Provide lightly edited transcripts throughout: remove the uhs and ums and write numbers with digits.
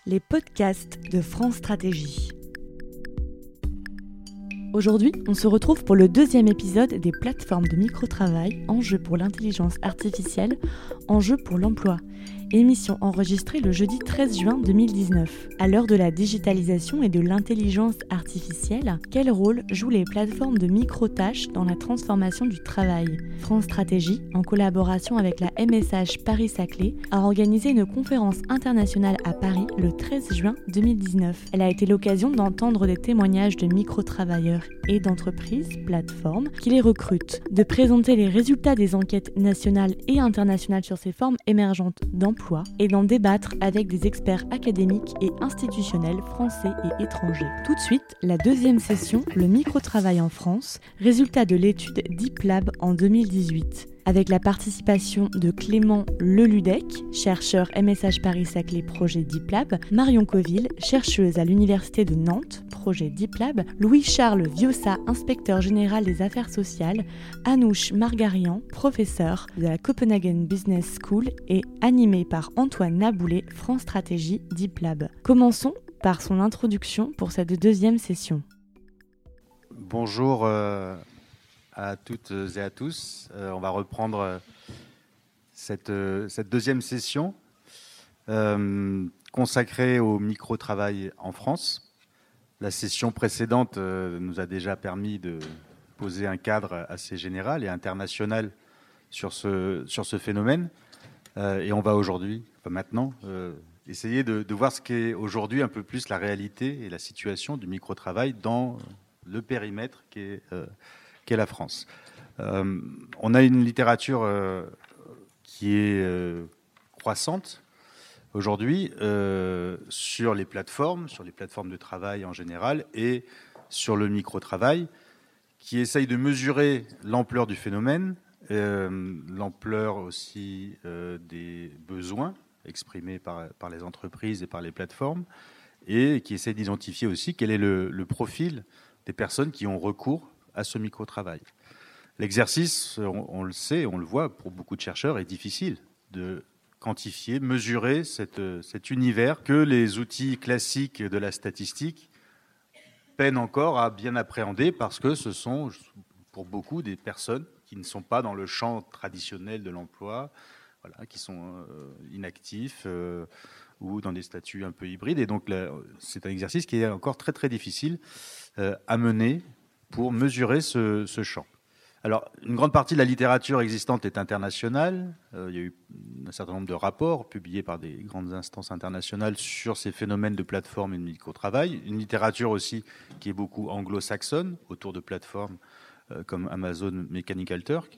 les podcasts de France Stratégie. Aujourd'hui, on se retrouve pour le deuxième épisode des plateformes de micro-travail, enjeux pour l'intelligence artificielle, enjeux pour l'emploi. Émission enregistrée le jeudi 13 juin 2019. À l'heure de la digitalisation et de l'intelligence artificielle, quel rôle jouent les plateformes de micro-tâches dans la transformation du travail ? France Stratégie, en collaboration avec la MSH Paris-Saclay, a organisé une conférence internationale à Paris le 13 juin 2019. Elle a été l'occasion d'entendre des témoignages de micro-travailleurs et d'entreprises, plateformes, qui les recrutent, de présenter les résultats des enquêtes nationales et internationales sur ces formes émergentes d'emploi et d'en débattre avec des experts académiques et institutionnels français et étrangers. Tout de suite, la deuxième session, le micro-travail en France, résultat de l'étude DeepLab en 2018. Avec la participation de Clément Leludec, chercheur MSH Paris-Saclay projet DeepLab, Marion Coville, chercheuse à l'Université de Nantes, projet DeepLab, Louis-Charles Viossa, inspecteur général des affaires sociales, Anouche Margarian, professeur de la Copenhagen Business School et animé par Antoine Naboulet, France Stratégie DeepLab. Commençons par son introduction pour cette deuxième session. Bonjour à toutes et à tous. On va reprendre cette deuxième session consacrée au micro-travail en France. La session précédente nous a déjà permis de poser un cadre assez général et international sur ce phénomène. Et on va maintenant, essayer de voir ce qu'est aujourd'hui un peu plus la réalité et la situation du micro-travail dans le périmètre qu'est la France. On a une littérature qui est croissante aujourd'hui sur les plateformes de travail en général et sur le micro-travail, qui essaye de mesurer l'ampleur du phénomène, l'ampleur aussi des besoins exprimés par les entreprises et par les plateformes, et qui essaye d'identifier aussi quel est le profil des personnes qui ont recours à ce micro-travail. L'exercice, on le sait, on le voit pour beaucoup de chercheurs, est difficile de quantifier, mesurer cet univers que les outils classiques de la statistique peinent encore à bien appréhender, parce que ce sont pour beaucoup des personnes qui ne sont pas dans le champ traditionnel de l'emploi, voilà, qui sont inactifs ou dans des statuts un peu hybrides. Et donc là, c'est un exercice qui est encore très très difficile à mener pour mesurer ce champ. Alors, une grande partie de la littérature existante est internationale. Il y a eu un certain nombre de rapports publiés par des grandes instances internationales sur ces phénomènes de plateforme et de micro-travail. Une littérature aussi qui est beaucoup anglo-saxonne, autour de plateformes comme Amazon Mechanical Turk.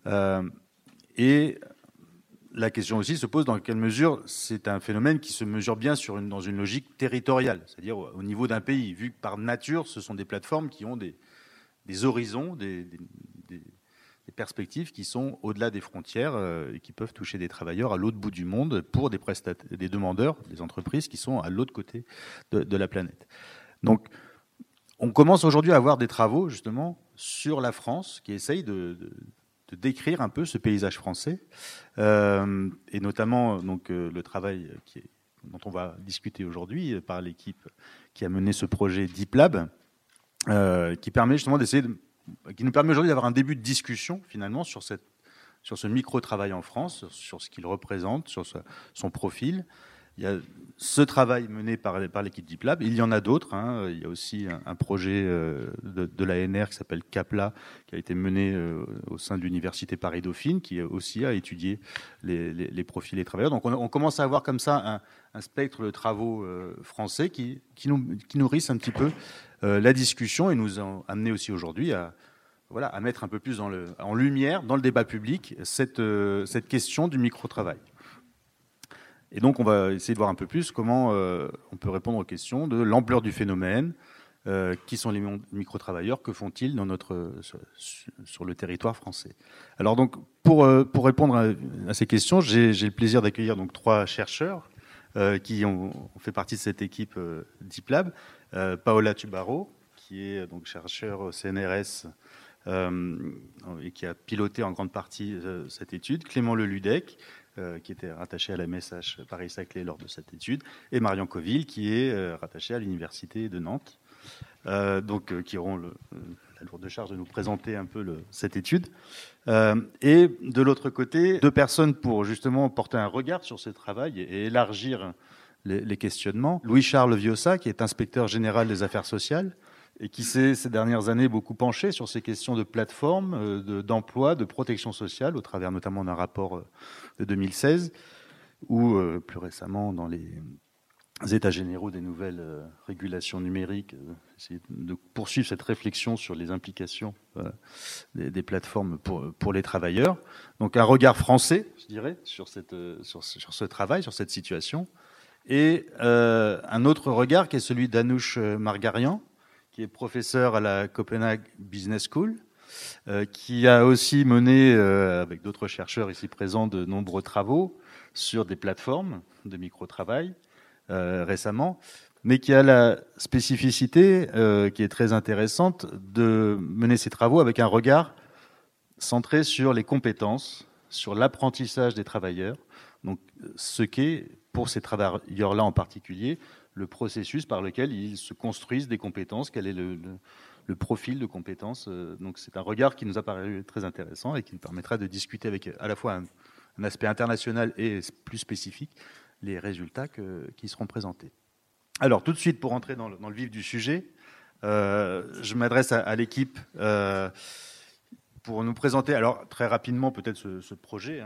Et la question aussi se pose dans quelle mesure c'est un phénomène qui se mesure bien dans une logique territoriale, c'est-à-dire au niveau d'un pays, vu que par nature, ce sont des plateformes qui ont des horizons, des perspectives qui sont au-delà des frontières et qui peuvent toucher des travailleurs à l'autre bout du monde pour des demandeurs, des entreprises qui sont à l'autre côté de la planète. Donc, on commence aujourd'hui à avoir des travaux, justement, sur la France qui essayent de décrire un peu ce paysage français, et notamment donc, le travail dont on va discuter aujourd'hui par l'équipe qui a mené ce projet DeepLab, qui permet justement qui nous permet aujourd'hui d'avoir un début de discussion finalement sur ce micro-travail en France, sur ce qu'il représente, sur son profil. Il y a ce travail mené par l'équipe DeepLab. Il y en a d'autres. Il y a aussi un projet de l'ANR qui s'appelle CAPLA, qui a été mené au sein de l'Université Paris-Dauphine, qui aussi a étudié les profils des travailleurs. Donc on commence à avoir comme ça un spectre de travaux français qui nourrissent un petit peu la discussion et nous ont amené aussi aujourd'hui à mettre un peu plus en lumière, dans le débat public, cette question du micro-travail. Et donc, on va essayer de voir un peu plus comment on peut répondre aux questions de l'ampleur du phénomène, qui sont les micro-travailleurs, que font-ils sur le territoire français. Alors donc, pour répondre à ces questions, j'ai le plaisir d'accueillir donc 3 chercheurs qui ont fait partie de cette équipe DeepLab. Paola Tubaro, qui est donc chercheur au CNRS et qui a piloté en grande partie cette étude. Clément Leludec, qui était rattaché à la MSH Paris-Saclay lors de cette étude, et Marion Coville, qui est rattachée à l'Université de Nantes, qui auront la lourde charge de nous présenter un peu cette étude. Et de l'autre côté, 2 personnes pour justement porter un regard sur ce travail et élargir les questionnements. Louis-Charles Viossa, qui est inspecteur général des affaires sociales, et qui s'est ces dernières années beaucoup penché sur ces questions de plateforme, d'emploi, de protection sociale, au travers notamment d'un rapport de 2016, ou plus récemment dans les États généraux des nouvelles régulations numériques, essayer de poursuivre cette réflexion sur les implications des plateformes pour les travailleurs. Donc un regard français, je dirais, sur ce travail, sur cette situation, et un autre regard qui est celui d'Anouche Margarian, qui est professeur à la Copenhague Business School, qui a aussi mené, avec d'autres chercheurs ici présents, de nombreux travaux sur des plateformes de micro-travail récemment, mais qui a la spécificité, qui est très intéressante, de mener ses travaux avec un regard centré sur les compétences, sur l'apprentissage des travailleurs, donc ce qu'est, pour ces travailleurs-là en particulier, le processus par lequel ils se construisent des compétences, quel est le profil de compétences. Donc c'est un regard qui nous a paru très intéressant et qui nous permettra de discuter avec à la fois un aspect international et plus spécifique les résultats qui seront présentés. Alors tout de suite, pour entrer dans le vif du sujet, je m'adresse à l'équipe pour nous présenter, alors très rapidement peut-être ce projet,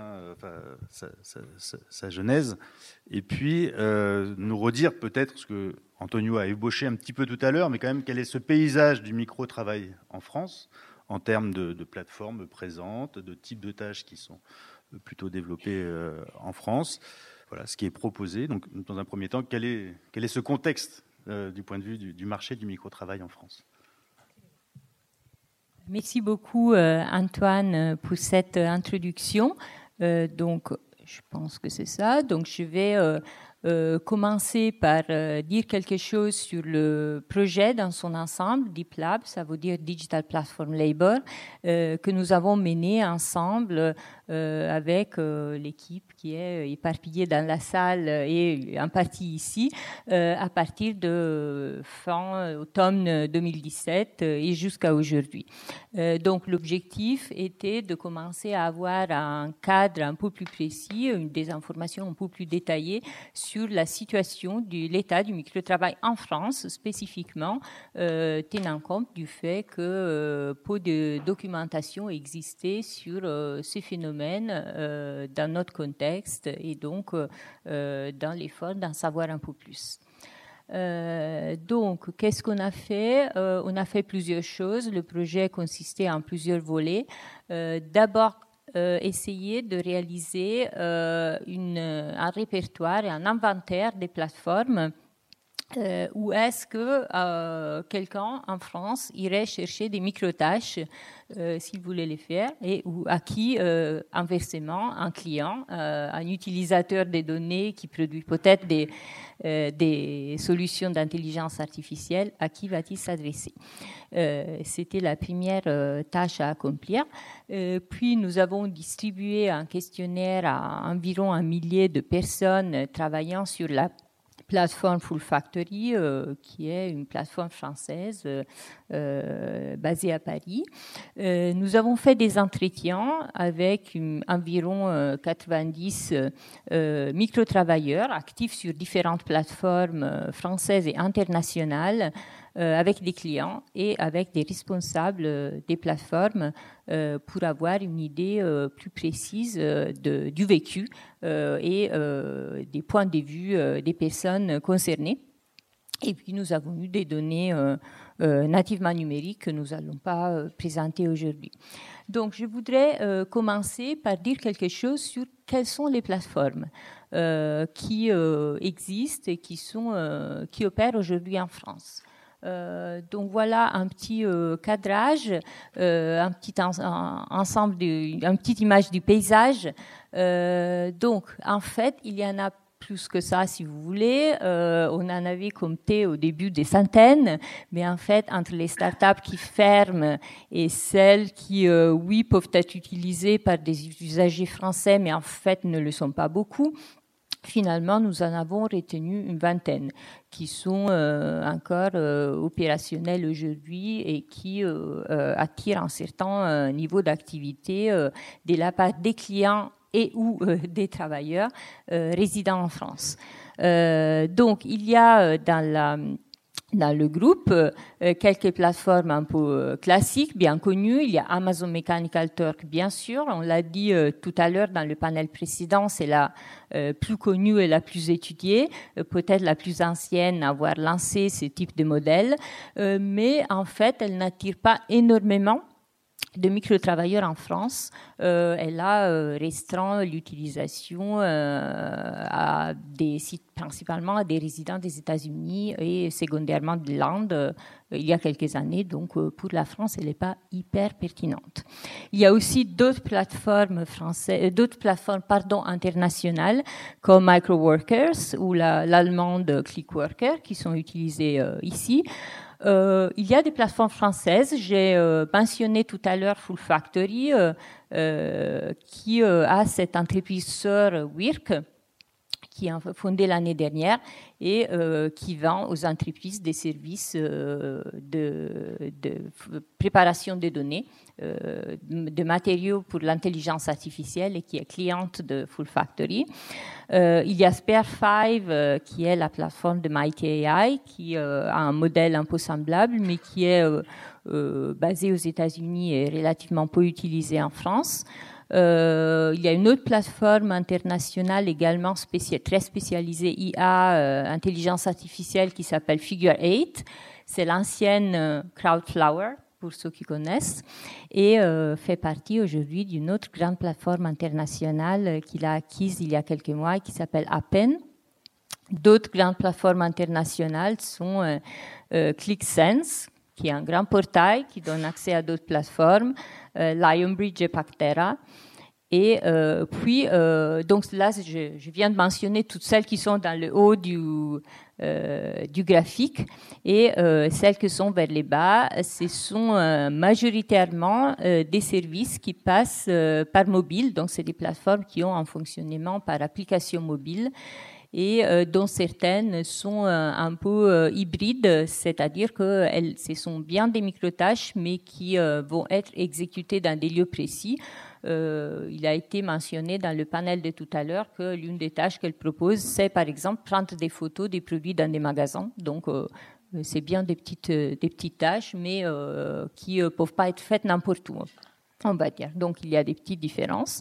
sa genèse, et puis nous redire peut-être ce que Antonio a ébauché un petit peu tout à l'heure, mais quand même quel est ce paysage du micro-travail en France, en termes de plateformes présentes, de types de tâches qui sont plutôt développées en France. Voilà ce qui est proposé. Donc dans un premier temps, quel est ce contexte du point de vue du marché du micro-travail en France ? Merci beaucoup Antoine pour cette introduction. Donc, je pense que c'est ça. Donc, je vais commencer par dire quelque chose sur le projet dans son ensemble, Deep Lab, ça veut dire Digital Platform Labor, que nous avons mené ensemble avec l'équipe qui est éparpillée dans la salle et en partie ici, à partir de fin automne 2017 et jusqu'à aujourd'hui. Donc l'objectif était de commencer à avoir un cadre un peu plus précis, des informations un peu plus détaillées sur la situation de l'état du microtravail en France, spécifiquement, tenant compte du fait que peu de documentation existait sur ces phénomènes dans notre contexte et donc dans l'effort d'en savoir un peu plus. Donc, qu'est-ce qu'on a fait ? On a fait plusieurs choses. Le projet consistait en plusieurs volets. D'abord, essayer de réaliser un répertoire et un inventaire des plateformes où est-ce que quelqu'un en France irait chercher des micro-tâches s'il voulait les faire et à qui, inversement, un client, un utilisateur des données qui produit peut-être des solutions d'intelligence artificielle, à qui va-t-il s'adresser ? C'était la première tâche à accomplir. Puis nous avons distribué un questionnaire à environ 1 millier de personnes travaillant sur la plateforme Full Factory, qui est une plateforme française basée à Paris. Nous avons fait des entretiens avec environ 90 micro-travailleurs actifs sur différentes plateformes françaises et internationales, avec des clients et avec des responsables des plateformes pour avoir une idée plus précise du vécu et des points de vue des personnes concernées. Et puis nous avons eu des données nativement numériques que nous n'allons pas présenter aujourd'hui. Donc je voudrais commencer par dire quelque chose sur quelles sont les plateformes qui existent et qui opèrent aujourd'hui en France. Donc voilà un petit cadrage, un petit ensemble, une petite image du paysage. Donc en fait, il y en a plus que ça, si vous voulez. On en avait compté au début des centaines, mais en fait, entre les startups qui ferment et celles qui, oui, peuvent être utilisées par des usagers français, mais en fait ne le sont pas beaucoup, finalement, nous en avons retenu une vingtaine qui sont encore opérationnels aujourd'hui et qui attirent un certain niveau d'activité de la part des clients et ou des travailleurs résidant en France. Donc, il y a dans le groupe quelques plateformes un peu classiques, bien connues. Il y a Amazon Mechanical Turk, bien sûr. On l'a dit tout à l'heure dans le panel précédent, c'est la plus connue et la plus étudiée, peut-être la plus ancienne à avoir lancé ce type de modèle. Mais en fait, elle n'attire pas énormément de microtravailleurs en France. Elle a restreint l'utilisation à des sites, principalement à des résidents des États-Unis et secondairement de l'Inde il y a quelques années. Donc, pour la France, elle n'est pas hyper pertinente. Il y a aussi d'autres plateformes internationales comme Microworkers ou l'allemande Clickworker qui sont utilisées ici. Il y a des plateformes françaises. J'ai mentionné tout à l'heure Full Factory, qui a cette entreprise sœur WIRK, qui a fondé l'année dernière et qui vend aux entreprises des services de préparation des données, de matériaux pour l'intelligence artificielle et qui est cliente de Full Factory. Il y a Spare5 qui est la plateforme de Mighty AI qui a un modèle un peu semblable mais qui est basé aux États-Unis et relativement peu utilisé en France. Il y a une autre plateforme internationale également très spécialisée IA, intelligence artificielle qui s'appelle Figure8. C'est l'ancienne Crowdflower pour ceux qui connaissent et fait partie aujourd'hui d'une autre grande plateforme internationale qu'il a acquise il y a quelques mois qui s'appelle Appen. D'autres grandes plateformes internationales sont ClickSense, qui est un grand portail qui donne accès à d'autres plateformes, Lionbridge et Pactera. Et puis, donc là, je viens de mentionner toutes celles qui sont dans le haut du graphique et celles qui sont vers les bas, ce sont majoritairement des services qui passent par mobile. Donc, c'est des plateformes qui ont un fonctionnement par application mobile et dont certaines sont un peu hybrides, c'est-à-dire que ce sont bien des microtâches, mais qui vont être exécutées dans des lieux précis. Il a été mentionné dans le panel de tout à l'heure que l'une des tâches qu'elle propose, c'est par exemple prendre des photos des produits dans des magasins. Donc, c'est bien des petites tâches, mais qui ne peuvent pas être faites n'importe où, on va dire. Donc, il y a des petites différences.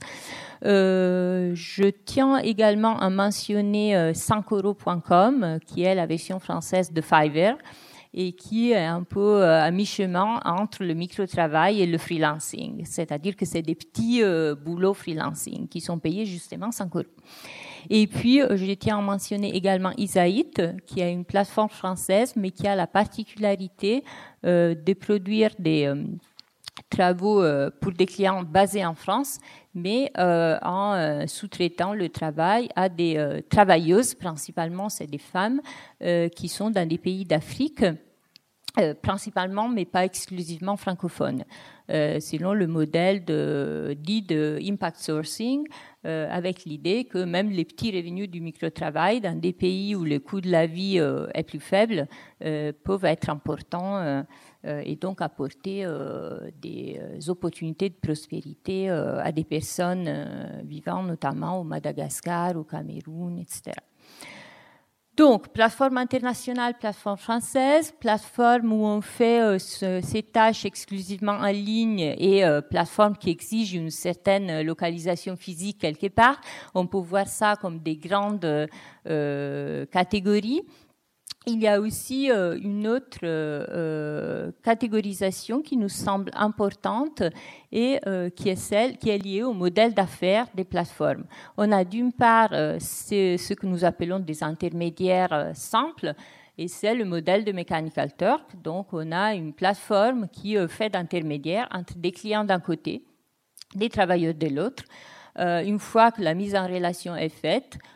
Je tiens également à mentionner 5euros.com, qui est la version française de Fiverr, et qui est un peu à mi-chemin entre le microtravail et le freelancing. C'est-à-dire que c'est des petits boulots freelancing qui sont payés justement 5 euros. Et puis, je tiens à mentionner également Isaït, qui est une plateforme française, mais qui a la particularité de produire des travaux pour des clients basés en France, mais en sous-traitant le travail à des travailleuses, principalement c'est des femmes, qui sont dans des pays d'Afrique, principalement, mais pas exclusivement francophones, selon le modèle dit de impact sourcing, avec l'idée que même les petits revenus du microtravail dans des pays où le coût de la vie est plus faible peuvent être importants et donc apporter des opportunités de prospérité à des personnes vivant notamment au Madagascar, au Cameroun, etc. Donc, plateforme internationale, plateforme française, plateforme où on fait ces tâches exclusivement en ligne et plateforme qui exige une certaine localisation physique quelque part. On peut voir ça comme des grandes catégories. Il y a aussi une autre catégorisation qui nous semble importante et qui est liée au modèle d'affaires des plateformes. On a d'une part ce que nous appelons des intermédiaires simples, et c'est le modèle de Mechanical Turk. Donc, on a une plateforme qui fait d'intermédiaire entre des clients d'un côté, des travailleurs de l'autre. Une fois que la mise en relation est faite,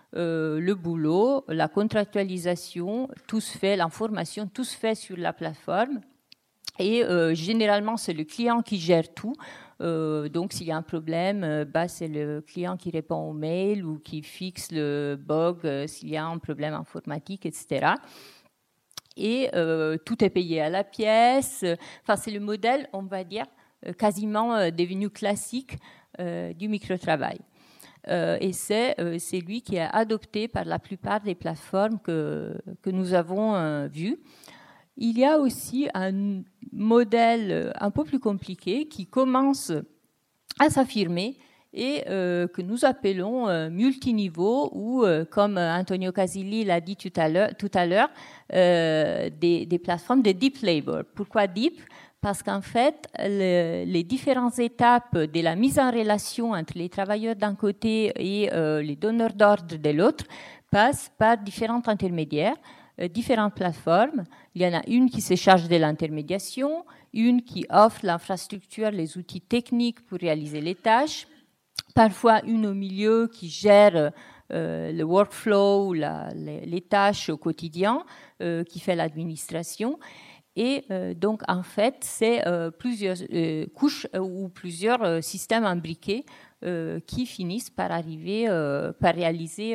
le boulot, la contractualisation, tout se fait, l'information, tout se fait sur la plateforme. Et généralement, c'est le client qui gère tout. Donc, s'il y a un problème, c'est le client qui répond au mail ou qui fixe le bug s'il y a un problème informatique, etc. Et tout est payé à la pièce. Enfin, c'est le modèle, on va dire, quasiment devenu classique du microtravail. Et c'est lui qui est adopté par la plupart des plateformes que nous avons vues. Il y a aussi un modèle un peu plus compliqué qui commence à s'affirmer et que nous appelons multiniveau ou, comme Antonio Casilli l'a dit tout à l'heure, des plateformes de deep labor. Pourquoi deep ? Parce qu'en fait, les différentes étapes de la mise en relation entre les travailleurs d'un côté et les donneurs d'ordre de l'autre passent par différents intermédiaires, différentes plateformes. Il y en a une qui se charge de l'intermédiation, une qui offre l'infrastructure, les outils techniques pour réaliser les tâches, parfois une au milieu qui gère le workflow, les tâches au quotidien, qui fait l'administration. Et donc, en fait, c'est plusieurs couches ou plusieurs systèmes imbriqués qui finissent par arriver, par réaliser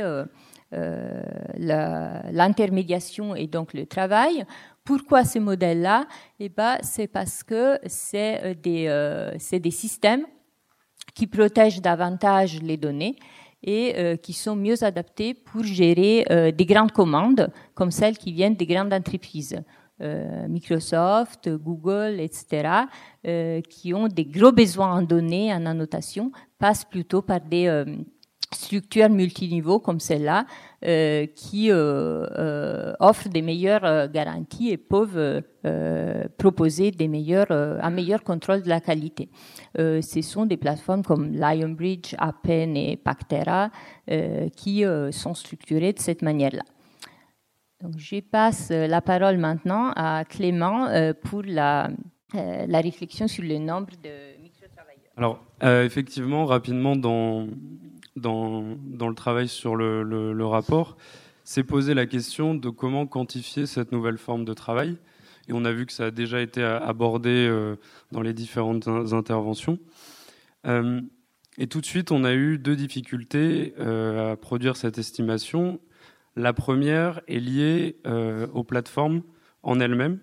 l'intermédiation et donc le travail. Pourquoi ce modèle-là ? C'est parce que c'est des systèmes qui protègent davantage les données et qui sont mieux adaptés pour gérer des grandes commandes comme celles qui viennent des grandes entreprises. Microsoft, Google, etc., qui ont des gros besoins en données, en annotation, passent plutôt par des structures multiniveaux comme celle-là, qui offrent des meilleures garanties et peuvent proposer un meilleur contrôle de la qualité. Ce sont des plateformes comme Lionbridge, Appen et Pactera qui sont structurées de cette manière-là. Donc, je passe la parole maintenant à Clément pour la réflexion sur le nombre de microtravailleurs. Alors, effectivement, rapidement, dans le travail sur le rapport, s'est posé la question de comment quantifier cette nouvelle forme de travail. Et on a vu que ça a déjà été abordé dans les différentes interventions. Et tout de suite, on a eu deux difficultés à produire cette estimation. La première est liée aux plateformes en elles-mêmes,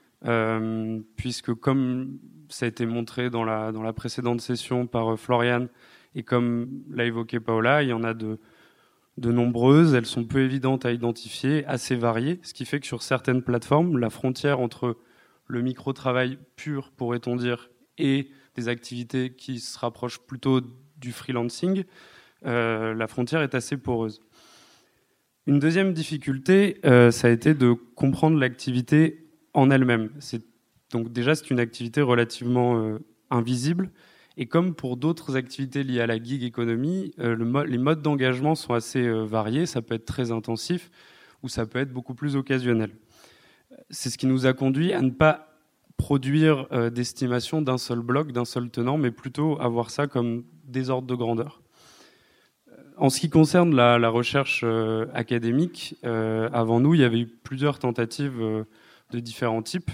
puisque comme ça a été montré dans la précédente session par Florian, et comme l'a évoqué Paola, il y en a de nombreuses, elles sont peu évidentes à identifier, assez variées, ce qui fait que sur certaines plateformes, la frontière entre le micro-travail pur, pourrait-on dire, et des activités qui se rapprochent plutôt du freelancing, la frontière est assez poreuse. Une deuxième difficulté, ça a été de comprendre l'activité en elle-même. Donc déjà, c'est une activité relativement invisible. Et comme pour d'autres activités liées à la gig economy, les modes d'engagement sont assez variés. Ça peut être très intensif ou ça peut être beaucoup plus occasionnel. C'est ce qui nous a conduit à ne pas produire d'estimation d'un seul bloc, d'un seul tenant, mais plutôt avoir ça comme des ordres de grandeur. En ce qui concerne la recherche académique, avant nous, il y avait eu plusieurs tentatives de différents types.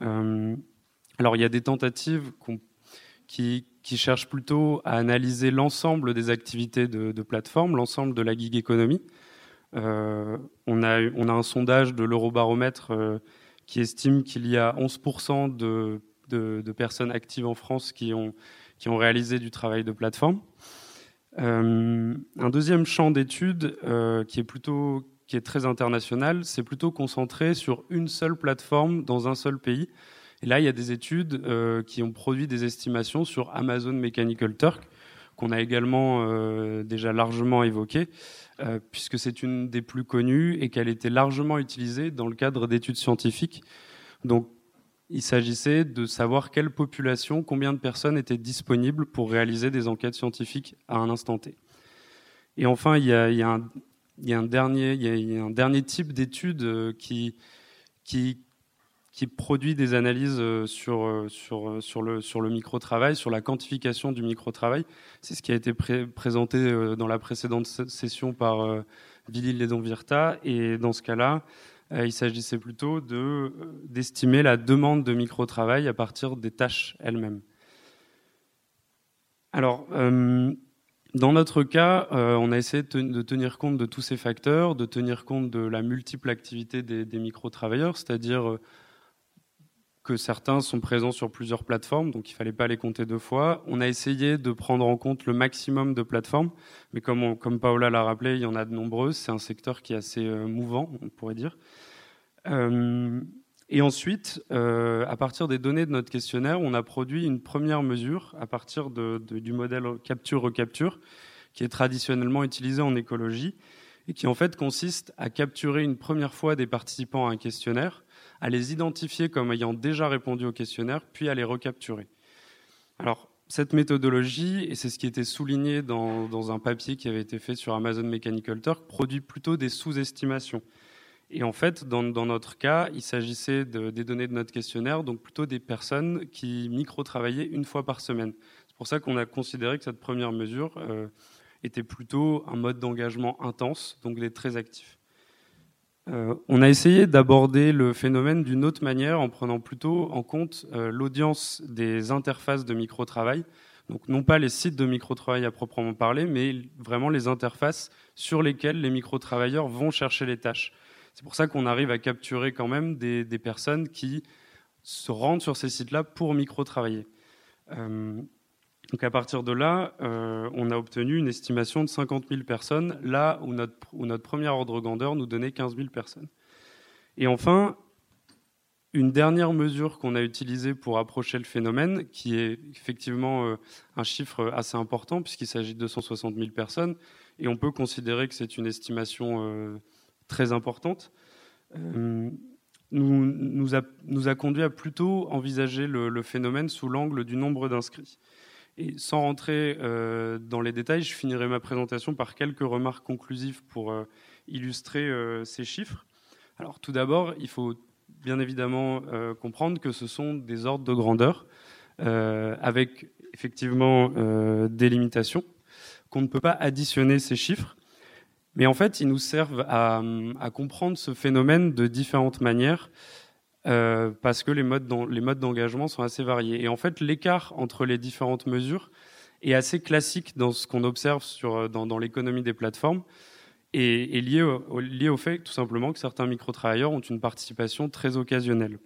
Alors, il y a des tentatives qui cherchent plutôt à analyser l'ensemble des activités de plateforme, l'ensemble de la gig economy. On a un sondage de l'Eurobaromètre qui estime qu'il y a 11% de personnes actives en France qui ont réalisé du travail de plateforme. Un deuxième champ d'études qui est très international, c'est plutôt concentré sur une seule plateforme dans un seul pays. Et là, il y a des études qui ont produit des estimations sur Amazon Mechanical Turk, qu'on a également déjà largement évoqué, puisque c'est une des plus connues et qu'elle était largement utilisée dans le cadre d'études scientifiques. Donc, il s'agissait de savoir quelle population, combien de personnes étaient disponibles pour réaliser des enquêtes scientifiques à un instant T. Et enfin, il y a un dernier type d'études qui produit des analyses sur le micro-travail, sur la quantification du micro-travail. C'est ce qui a été présenté dans la précédente session par Villers-les-Dons-Virta. Et dans ce cas-là, il s'agissait plutôt d'estimer la demande de microtravail à partir des tâches elles-mêmes. Alors, dans notre cas, on a essayé de tenir compte de tous ces facteurs, de tenir compte de la multiple activité des microtravailleurs, c'est-à-dire que certains sont présents sur plusieurs plateformes, donc il ne fallait pas les compter 2 fois. On a essayé de prendre en compte le maximum de plateformes, mais comme Paola l'a rappelé, il y en a de nombreuses. C'est un secteur qui est assez mouvant, on pourrait dire. Et ensuite, à partir des données de notre questionnaire, on a produit une première mesure à partir du modèle capture-recapture, qui est traditionnellement utilisé en écologie, et qui en fait consiste à capturer une première fois des participants à un questionnaire, à les identifier comme ayant déjà répondu au questionnaire, puis à les recapturer. Alors, cette méthodologie, et c'est ce qui était souligné dans un papier qui avait été fait sur Amazon Mechanical Turk, produit plutôt des sous-estimations. Et en fait, dans notre cas, il s'agissait des données de notre questionnaire, donc plutôt des personnes qui micro-travaillaient 1 fois par semaine. C'est pour ça qu'on a considéré que cette première mesure était plutôt un mode d'engagement intense, donc d'être très actif. On a essayé d'aborder le phénomène d'une autre manière en prenant plutôt en compte l'audience des interfaces de micro-travail, donc non pas les sites de micro-travail à proprement parler, mais vraiment les interfaces sur lesquelles les micro-travailleurs vont chercher les tâches. C'est pour ça qu'on arrive à capturer quand même des personnes qui se rendent sur ces sites-là pour micro-travailler. Donc à partir de là, on a obtenu une estimation de 50 000 personnes, là où notre premier ordre de grandeur nous donnait 15 000 personnes. Et enfin, une dernière mesure qu'on a utilisée pour approcher le phénomène, qui est effectivement un chiffre assez important, puisqu'il s'agit de 260 000 personnes, et on peut considérer que c'est une estimation très importante, nous a conduit à plutôt envisager le phénomène sous l'angle du nombre d'inscrits. Et sans rentrer dans les détails, je finirai ma présentation par quelques remarques conclusives pour illustrer ces chiffres. Alors tout d'abord, il faut bien évidemment comprendre que ce sont des ordres de grandeur avec effectivement des limitations, qu'on ne peut pas additionner ces chiffres. Mais en fait, ils nous servent à comprendre ce phénomène de différentes manières parce que les modes d'engagement sont assez variés. Et en fait, l'écart entre les différentes mesures est assez classique dans ce qu'on observe dans l'économie des plateformes et est lié au fait tout simplement que certains micro-travailleurs ont une participation très occasionnelle.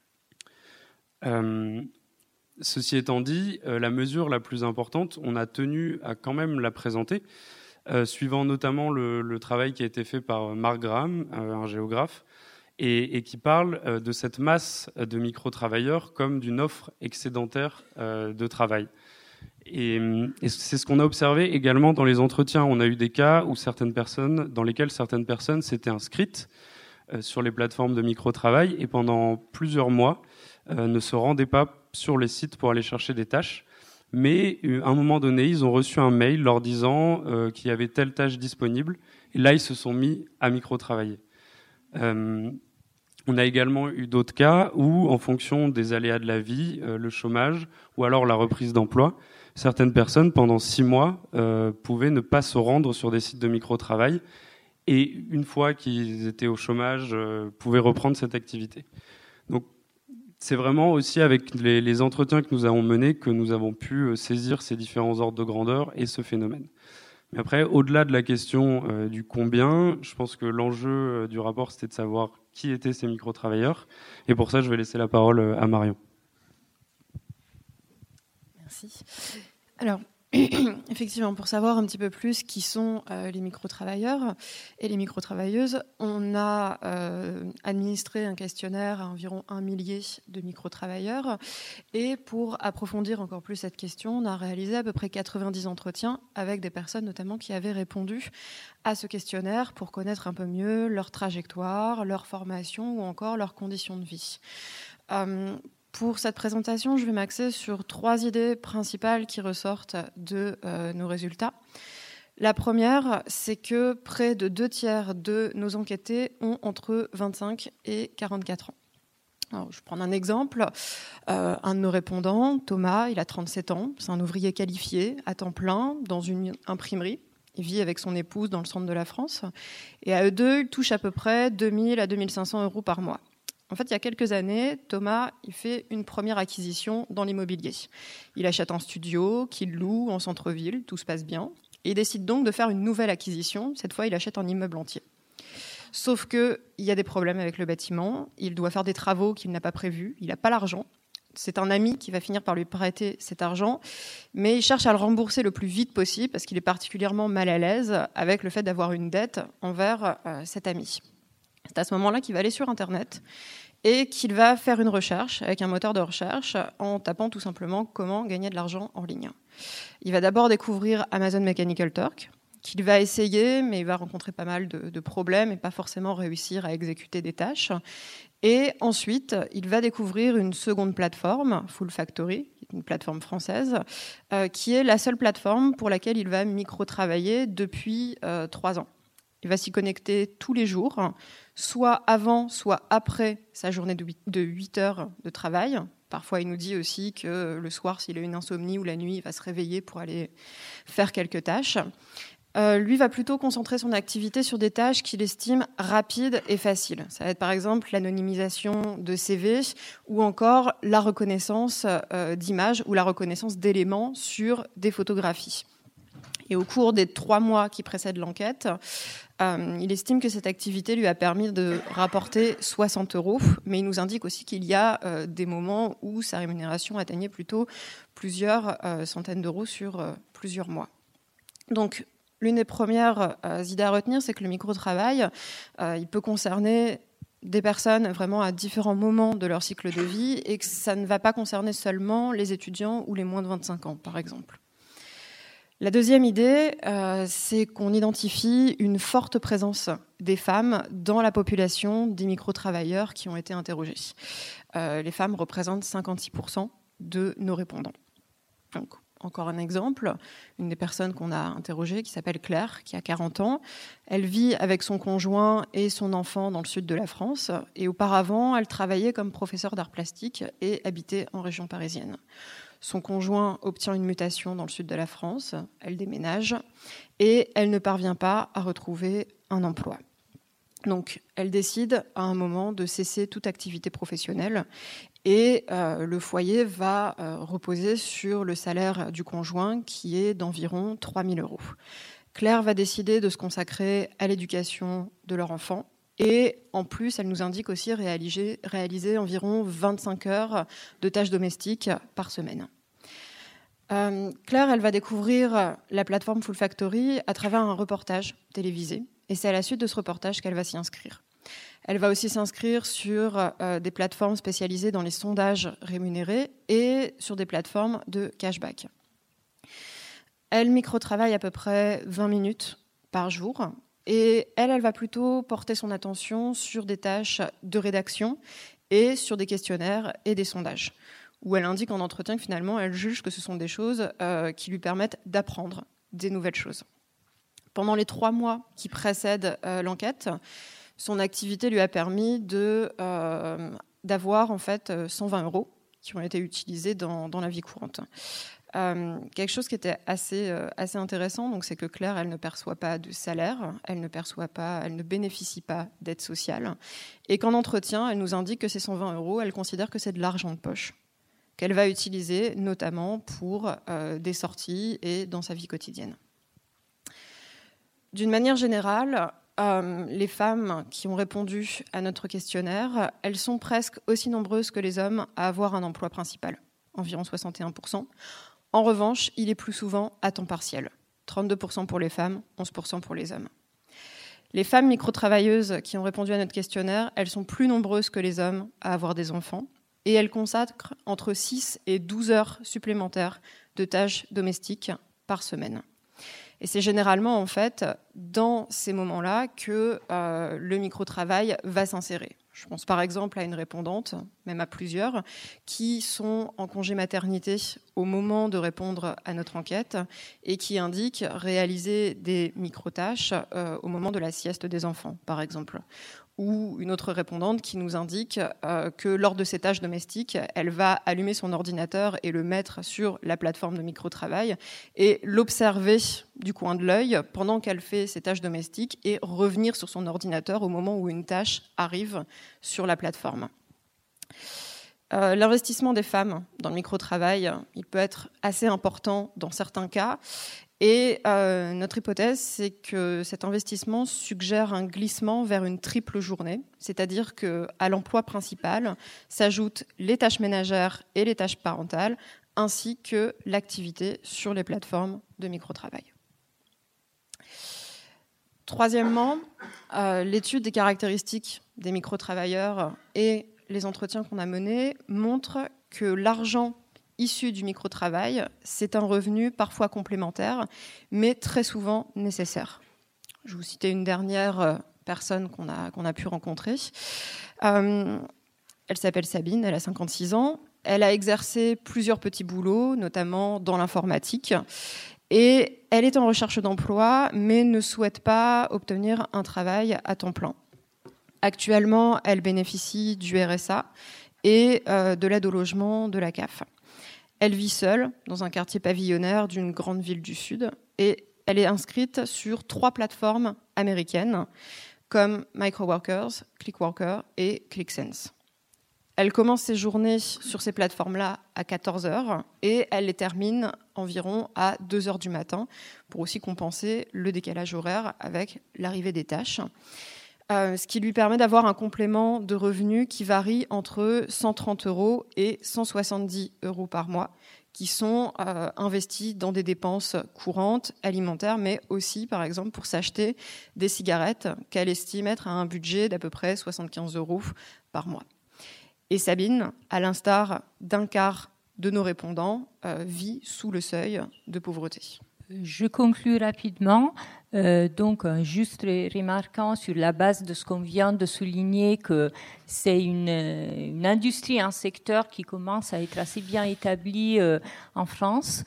Ceci étant dit, la mesure la plus importante, on a tenu à quand même la présenter, suivant notamment le travail qui a été fait par Mark Graham, un géographe, et qui parle de cette masse de micro-travailleurs comme d'une offre excédentaire de travail. Et c'est ce qu'on a observé également dans les entretiens. On a eu des cas dans lesquels certaines personnes s'étaient inscrites sur les plateformes de micro-travail et pendant plusieurs mois ne se rendaient pas sur les sites pour aller chercher des tâches. Mais à un moment donné, ils ont reçu un mail leur disant qu'il y avait telle tâche disponible. Et là, ils se sont mis à micro-travailler. On a également eu d'autres cas où, en fonction des aléas de la vie, le chômage ou alors la reprise d'emploi, certaines personnes, pendant 6 mois, pouvaient ne pas se rendre sur des sites de micro-travail et, une fois qu'ils étaient au chômage, pouvaient reprendre cette activité. Donc, c'est vraiment aussi avec les entretiens que nous avons menés que nous avons pu saisir ces différents ordres de grandeur et ce phénomène. Mais après, au-delà de la question du combien, je pense que l'enjeu du rapport, c'était de savoir qui étaient ces micro-travailleurs. Et pour ça, je vais laisser la parole à Marion. Merci. Alors, effectivement, pour savoir un petit peu plus qui sont les micro-travailleurs et les micro-travailleuses, on a administré un questionnaire à environ 1 millier de micro-travailleurs. Et pour approfondir encore plus cette question, on a réalisé à peu près 90 entretiens avec des personnes notamment qui avaient répondu à ce questionnaire pour connaître un peu mieux leur trajectoire, leur formation ou encore leurs conditions de vie. Pour cette présentation, je vais m'axer sur 3 idées principales qui ressortent de nos résultats. La première, c'est que près de 2/3 de nos enquêtés ont entre 25 et 44 ans. Alors, je vais prendre un exemple. Un de nos répondants, Thomas, il a 37 ans. C'est un ouvrier qualifié, à temps plein, dans une imprimerie. Il vit avec son épouse dans le centre de la France. Et à eux deux, ils touchent à peu près 2 000 à 2 500 euros par mois. En fait, il y a quelques années, Thomas, il fait une première acquisition dans l'immobilier. Il achète un studio qu'il loue en centre-ville, tout se passe bien. Et il décide donc de faire une nouvelle acquisition. Cette fois, il achète un immeuble entier. Sauf qu'il y a des problèmes avec le bâtiment. Il doit faire des travaux qu'il n'a pas prévus. Il n'a pas l'argent. C'est un ami qui va finir par lui prêter cet argent, mais il cherche à le rembourser le plus vite possible parce qu'il est particulièrement mal à l'aise avec le fait d'avoir une dette envers cet ami. C'est à ce moment-là qu'il va aller sur Internet et qu'il va faire une recherche avec un moteur de recherche en tapant tout simplement comment gagner de l'argent en ligne. Il va d'abord découvrir Amazon Mechanical Turk, qu'il va essayer, mais il va rencontrer pas mal de problèmes et pas forcément réussir à exécuter des tâches. Et ensuite, il va découvrir une seconde plateforme, Full Factory, une plateforme française, qui est la seule plateforme pour laquelle il va micro-travailler depuis 3 ans. Il va s'y connecter tous les jours, soit avant, soit après sa journée de 8 heures de travail. Parfois, il nous dit aussi que le soir, s'il a une insomnie ou la nuit, il va se réveiller pour aller faire quelques tâches. Lui va plutôt concentrer son activité sur des tâches qu'il estime rapides et faciles. Ça va être par exemple l'anonymisation de CV ou encore la reconnaissance d'images ou la reconnaissance d'éléments sur des photographies. Et au cours des 3 mois qui précèdent l'enquête, il estime que cette activité lui a permis de rapporter 60 €, mais il nous indique aussi qu'il y a des moments où sa rémunération atteignait plutôt plusieurs centaines d'euros sur plusieurs mois. Donc, l'une des premières idées à retenir, c'est que le micro-travail, il peut concerner des personnes vraiment à différents moments de leur cycle de vie et que ça ne va pas concerner seulement les étudiants ou les moins de 25 ans, par exemple. La deuxième idée, c'est qu'on identifie une forte présence des femmes dans la population des micro-travailleurs qui ont été interrogés. Les femmes représentent 56% de nos répondants. Donc, encore un exemple, une des personnes qu'on a interrogées, qui s'appelle Claire, qui a 40 ans. Elle vit avec son conjoint et son enfant dans le sud de la France. Et auparavant, elle travaillait comme professeure d'art plastique et habitait en région parisienne. Son conjoint obtient une mutation dans le sud de la France. Elle déménage et elle ne parvient pas à retrouver un emploi. Donc, elle décide à un moment de cesser toute activité professionnelle et le foyer va reposer sur le salaire du conjoint qui est d'environ 3 000 €. Claire va décider de se consacrer à l'éducation de leur enfant et en plus, elle nous indique aussi réaliser environ 25 heures de tâches domestiques par semaine. Claire, elle va découvrir la plateforme Full Factory à travers un reportage télévisé. Et c'est à la suite de ce reportage qu'elle va s'y inscrire. Elle va aussi s'inscrire sur des plateformes spécialisées dans les sondages rémunérés et sur des plateformes de cashback. Elle micro-travaille à peu près 20 minutes par jour. Et elle va plutôt porter son attention sur des tâches de rédaction et sur des questionnaires et des sondages, où elle indique en entretien que finalement, elle juge que ce sont des choses qui lui permettent d'apprendre des nouvelles choses. Pendant les 3 mois qui précèdent l'enquête, son activité lui a permis d'avoir en fait 120 € qui ont été utilisés dans la vie courante. Quelque chose qui était assez intéressant, donc, c'est que Claire, elle ne perçoit pas de salaire, elle ne bénéficie pas d'aide sociale, et qu'en entretien, elle nous indique que ces 120 €, elle considère que c'est de l'argent de poche, qu'elle va utiliser notamment pour des sorties et dans sa vie quotidienne. D'une manière générale, les femmes qui ont répondu à notre questionnaire, elles sont presque aussi nombreuses que les hommes à avoir un emploi principal, environ 61%. En revanche, il est plus souvent à temps partiel, 32% pour les femmes, 11% pour les hommes. Les femmes micro-travailleuses qui ont répondu à notre questionnaire, elles sont plus nombreuses que les hommes à avoir des enfants et elles consacrent entre 6 et 12 heures supplémentaires de tâches domestiques par semaine. Et c'est généralement, en fait, dans ces moments-là que le micro-travail va s'insérer. Je pense par exemple à une répondante, même à plusieurs, qui sont en congé maternité au moment de répondre à notre enquête et qui indiquent réaliser des micro-tâches au moment de la sieste des enfants, par exemple. ou une autre répondante qui nous indique que lors de ses tâches domestiques, elle va allumer son ordinateur et le mettre sur la plateforme de microtravail et l'observer du coin de l'œil pendant qu'elle fait ses tâches domestiques et revenir sur son ordinateur au moment où une tâche arrive sur la plateforme. L'investissement des femmes dans le microtravail, il peut être assez important dans certains cas. Et notre hypothèse, c'est que cet investissement suggère un glissement vers une triple journée, c'est-à-dire qu'à l'emploi principal s'ajoutent les tâches ménagères et les tâches parentales, ainsi que l'activité sur les plateformes de microtravail. Troisièmement, l'étude des caractéristiques des microtravailleurs et les entretiens qu'on a menés montrent que l'argent issu du microtravail, c'est un revenu parfois complémentaire, mais très souvent nécessaire. Je vais vous citer une dernière personne qu'on a pu rencontrer. Elle s'appelle Sabine, elle a 56 ans. Elle a exercé plusieurs petits boulots, notamment dans l'informatique. Et elle est en recherche d'emploi, mais ne souhaite pas obtenir un travail à temps plein. Actuellement, elle bénéficie du RSA et de l'aide au logement de la CAF. Elle vit seule dans un quartier pavillonnaire d'une grande ville du Sud et elle est inscrite sur 3 plateformes américaines comme Microworkers, Clickworker et ClickSense. Elle commence ses journées sur ces plateformes-là à 14h et elle les termine environ à 2h du matin pour aussi compenser le décalage horaire avec l'arrivée des tâches. Ce qui lui permet d'avoir un complément de revenus qui varie entre 130 € et 170 € par mois, qui sont investis dans des dépenses courantes, alimentaires, mais aussi, par exemple, pour s'acheter des cigarettes qu'elle estime être à un budget d'à peu près 75 € par mois. Et Sabine, à l'instar d'un quart de nos répondants, vit sous le seuil de pauvreté. Je conclus rapidement, donc juste remarquant sur la base de ce qu'on vient de souligner que c'est une industrie, un secteur qui commence à être assez bien établi en France,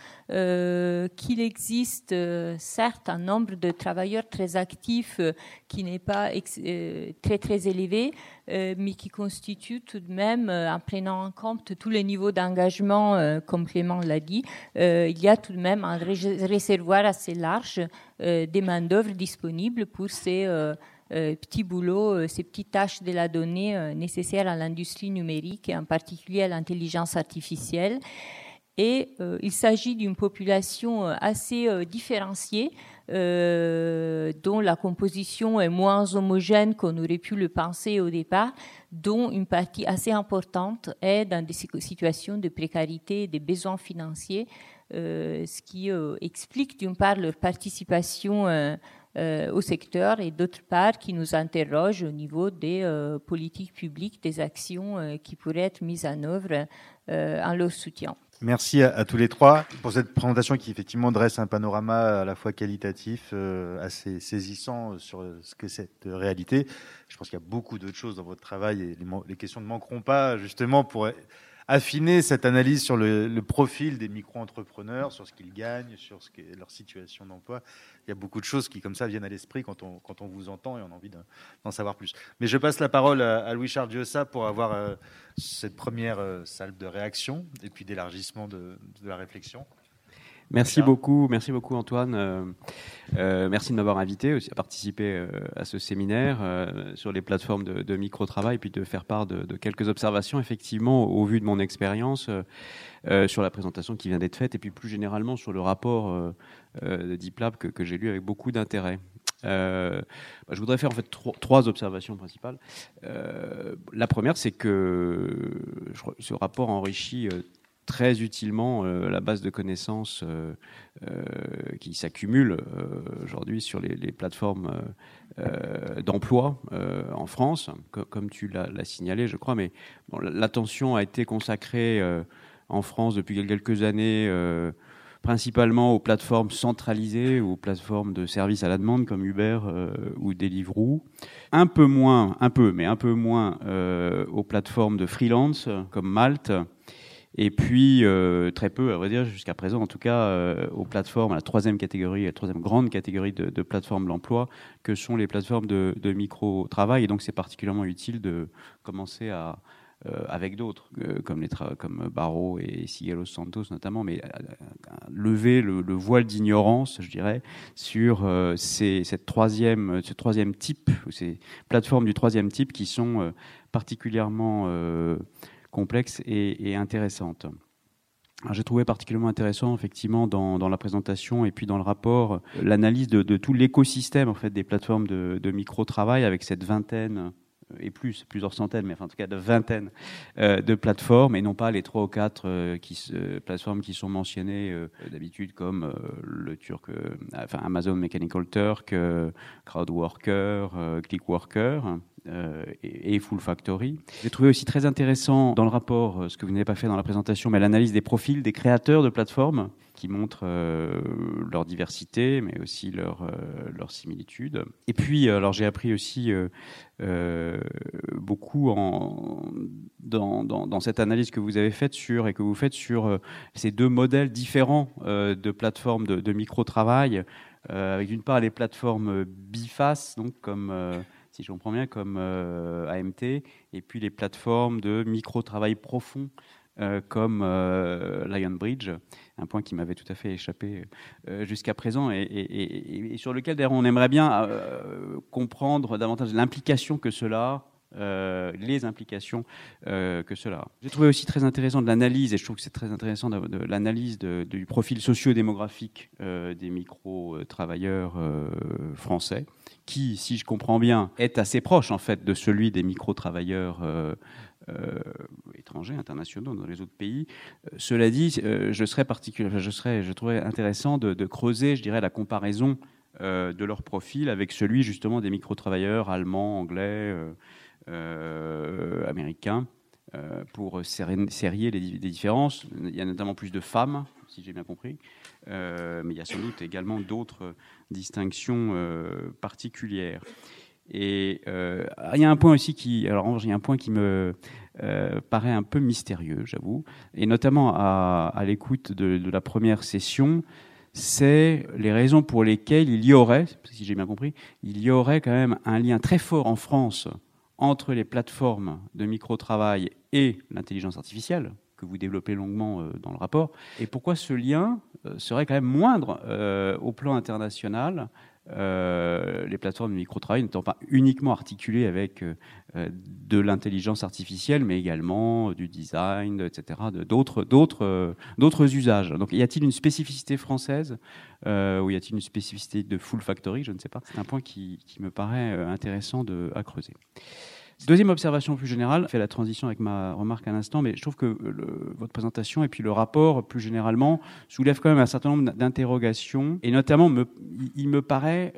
qu'il existe certes un nombre de travailleurs très actifs qui n'est pas très très élevé, mais qui constitue tout de même, en prenant en compte tous les niveaux d'engagement, comme Clément l'a dit, il y a tout de même un réservoir assez large des main-d'œuvre disponibles pour ces petits boulots, ces petites tâches de la donnée nécessaires à l'industrie numérique et en particulier à l'intelligence artificielle. Et il s'agit d'une population assez différenciée, dont la composition est moins homogène qu'on aurait pu le penser au départ, dont une partie assez importante est dans des situations de précarité et des besoins financiers, ce qui explique d'une part leur participation au secteur et d'autre part qui nous interroge au niveau des politiques publiques, des actions qui pourraient être mises en œuvre en leur soutien. Merci à tous les trois pour cette présentation qui effectivement dresse un panorama à la fois qualitatif, assez saisissant sur ce que c'est cette réalité. Je pense qu'il y a beaucoup d'autres choses dans votre travail et les questions ne manqueront pas justement pour affiner cette analyse sur le profil des micro-entrepreneurs, sur ce qu'ils gagnent, sur ce qu'est leur situation d'emploi. Il y a beaucoup de choses qui, comme ça, viennent à l'esprit quand on vous entend et on a envie d'en savoir plus. Mais je passe la parole à Louis-Charles Diossa pour avoir cette première salle de réaction et puis d'élargissement de la réflexion. Merci beaucoup Antoine. Merci de m'avoir invité aussi à participer à ce séminaire sur les plateformes de micro-travail, puis de faire part de quelques observations, effectivement, au vu de mon expérience sur la présentation qui vient d'être faite, et puis plus généralement sur le rapport de DeepLab que j'ai lu avec beaucoup d'intérêt. Je voudrais faire en fait trois observations principales. La première, c'est que ce rapport enrichit très utilement la base de connaissances qui s'accumule aujourd'hui sur les plateformes d'emploi en France, comme tu l'as signalé, je crois. Mais bon, l'attention a été consacrée en France depuis quelques années principalement aux plateformes centralisées, aux plateformes de services à la demande comme Uber ou Deliveroo. Un peu moins aux plateformes de freelance comme Malte. Et puis, très peu, à vrai dire, jusqu'à présent, en tout cas, aux plateformes, à la troisième grande catégorie de plateformes de l'emploi, que sont les plateformes de micro-travail. Et donc, c'est particulièrement utile de commencer avec d'autres, comme Barreau et Siguelos Santos notamment, mais lever le voile d'ignorance, je dirais, sur ce troisième type, ces plateformes du troisième type qui sont particulièrement complexes et intéressantes. Alors, j'ai trouvé particulièrement intéressant, effectivement, dans la présentation et puis dans le rapport, l'analyse de tout l'écosystème en fait, des plateformes de micro-travail avec cette vingtaine et plusieurs centaines, mais enfin, en tout cas de vingtaines de plateformes, et non pas les 3 ou 4 plateformes qui sont mentionnées d'habitude comme Amazon Mechanical Turk, Crowdworker, Clickworker et Full Factory. J'ai trouvé aussi très intéressant dans le rapport, ce que vous n'avez pas fait dans la présentation, mais l'analyse des profils des créateurs de plateformes qui montrent leur diversité, mais aussi leur similitude. Et puis, alors j'ai appris aussi beaucoup dans cette analyse que vous avez faite et que vous faites sur ces 2 modèles différents de plateformes de micro-travail, avec d'une part les plateformes bifaces, donc comme si je comprends bien, comme AMT, et puis les plateformes de micro-travail profond, comme Lionbridge, un point qui m'avait tout à fait échappé jusqu'à présent, et sur lequel d'ailleurs on aimerait bien comprendre davantage l'implication que cela les implications que cela a. J'ai trouvé aussi très intéressant de l'analyse, et je trouve que c'est très intéressant de l'analyse du profil socio-démographique des micro-travailleurs français, qui, si je comprends bien, est assez proche en fait de celui des micro-travailleurs étrangers, internationaux dans les autres pays. Cela dit, je trouverais intéressant de creuser, je dirais, la comparaison de leur profil avec celui justement des micro-travailleurs allemands, anglais, américains, pour serrer les différences. Il y a notamment plus de femmes, si j'ai bien compris, mais il y a sans doute également d'autres distinctions particulières. Et il y a un point aussi il y a un point qui me paraît un peu mystérieux, j'avoue, et notamment à l'écoute de la première session, c'est les raisons pour lesquelles il y aurait, si j'ai bien compris, il y aurait quand même un lien très fort en France entre les plateformes de micro-travail et l'intelligence artificielle, que vous développez longuement dans le rapport, et pourquoi ce lien serait quand même moindre au plan international, les plateformes de micro-travail n'étant pas uniquement articulées avec de l'intelligence artificielle, mais également du design, etc., d'autres usages. Donc, y a-t-il une spécificité française ou y a-t-il une spécificité de Full Factory? Je ne sais pas. C'est un point qui me paraît intéressant à creuser. Deuxième observation plus générale, je fais la transition avec ma remarque à l'instant, mais je trouve que votre présentation et puis le rapport plus généralement soulève quand même un certain nombre d'interrogations, et notamment il me paraît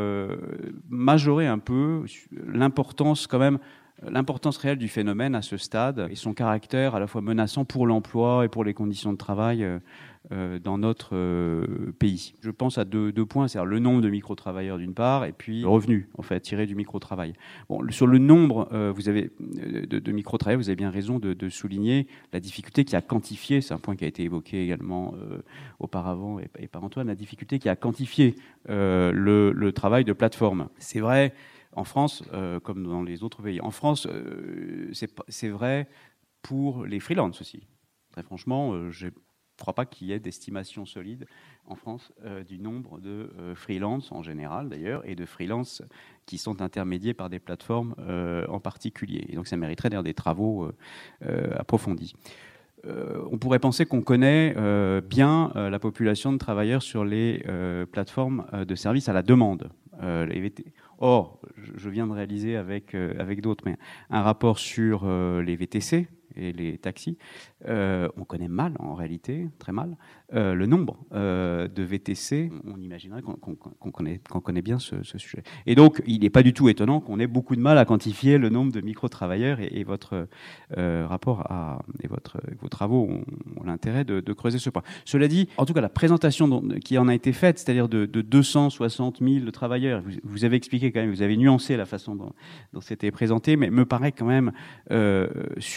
majorer un peu l'importance réelle du phénomène à ce stade et son caractère à la fois menaçant pour l'emploi et pour les conditions de travail dans notre pays. Je pense à deux points, c'est-à-dire le nombre de micro-travailleurs d'une part, et puis le revenu en fait tiré du micro-travail. Bon, sur le nombre de micro-travailleurs, vous avez bien raison de souligner la difficulté qui a quantifié, c'est un point qui a été évoqué également auparavant et par Antoine, la difficulté qui a quantifié le travail de plateforme. C'est vrai en France, comme dans les autres pays. En France, c'est vrai pour les freelances aussi. Très franchement, je ne crois pas qu'il y ait d'estimation solide en France du nombre de freelances en général d'ailleurs, et de freelances qui sont intermédiés par des plateformes en particulier. Et donc ça mériterait d'ailleurs des travaux approfondis. On pourrait penser qu'on connaît bien la population de travailleurs sur les plateformes de services à la demande, les VT. Or, je viens de réaliser avec d'autres, mais un rapport sur les VTC et les taxis. On connaît mal, en réalité, très mal, le nombre de VTC. On imaginerait qu'on connaît bien ce sujet. Et donc, il n'est pas du tout étonnant qu'on ait beaucoup de mal à quantifier le nombre de micro-travailleurs, et votre rapport et vos travaux ont l'intérêt de creuser ce point. Cela dit, en tout cas, la présentation qui en a été faite, c'est-à-dire de 260 000 travailleurs, vous avez expliqué quand même, vous avez nuancé la façon dont c'était présenté, mais me paraît quand même surestimé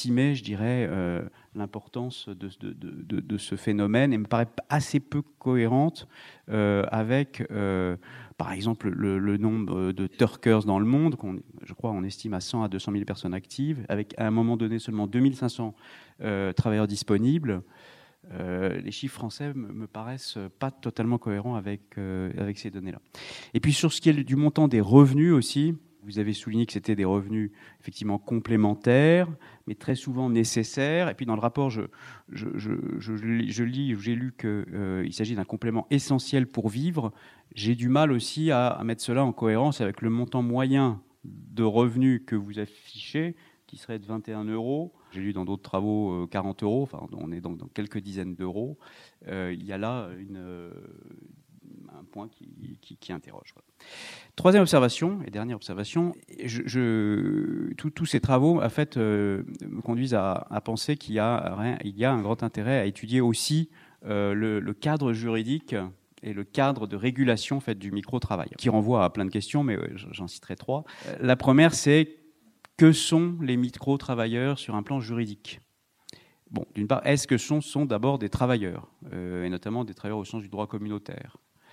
sous-estimer, je dirais, l'importance de ce phénomène et me paraît assez peu cohérente avec, par exemple, le nombre de Turkers dans le monde, je crois on estime à 100 à 200 000 personnes actives, avec à un moment donné seulement 2500 travailleurs disponibles. Les chiffres français me paraissent pas totalement cohérents avec ces données-là. Et puis sur ce qui est du montant des revenus aussi, vous avez souligné que c'était des revenus effectivement complémentaires, mais très souvent nécessaires. Et puis dans le rapport, j'ai lu qu'il s'agit d'un complément essentiel pour vivre. J'ai du mal aussi à mettre cela en cohérence avec le montant moyen de revenus que vous affichez, qui serait de 21 €. J'ai lu dans d'autres travaux 40 €. Enfin, on est donc dans quelques dizaines d'euros. Il y a là un point qui interroge. Voilà. Troisième observation et dernière observation, tous ces travaux en fait, me conduisent à penser qu'il y a un grand intérêt à étudier aussi le cadre juridique et le cadre de régulation en fait, du micro-travail, qui renvoie à plein de questions, mais j'en citerai 3. La première, c'est que sont les micro-travailleurs sur un plan juridique ? Bon, d'une part, est-ce que sont d'abord des travailleurs, et notamment des travailleurs au sens du droit communautaire ?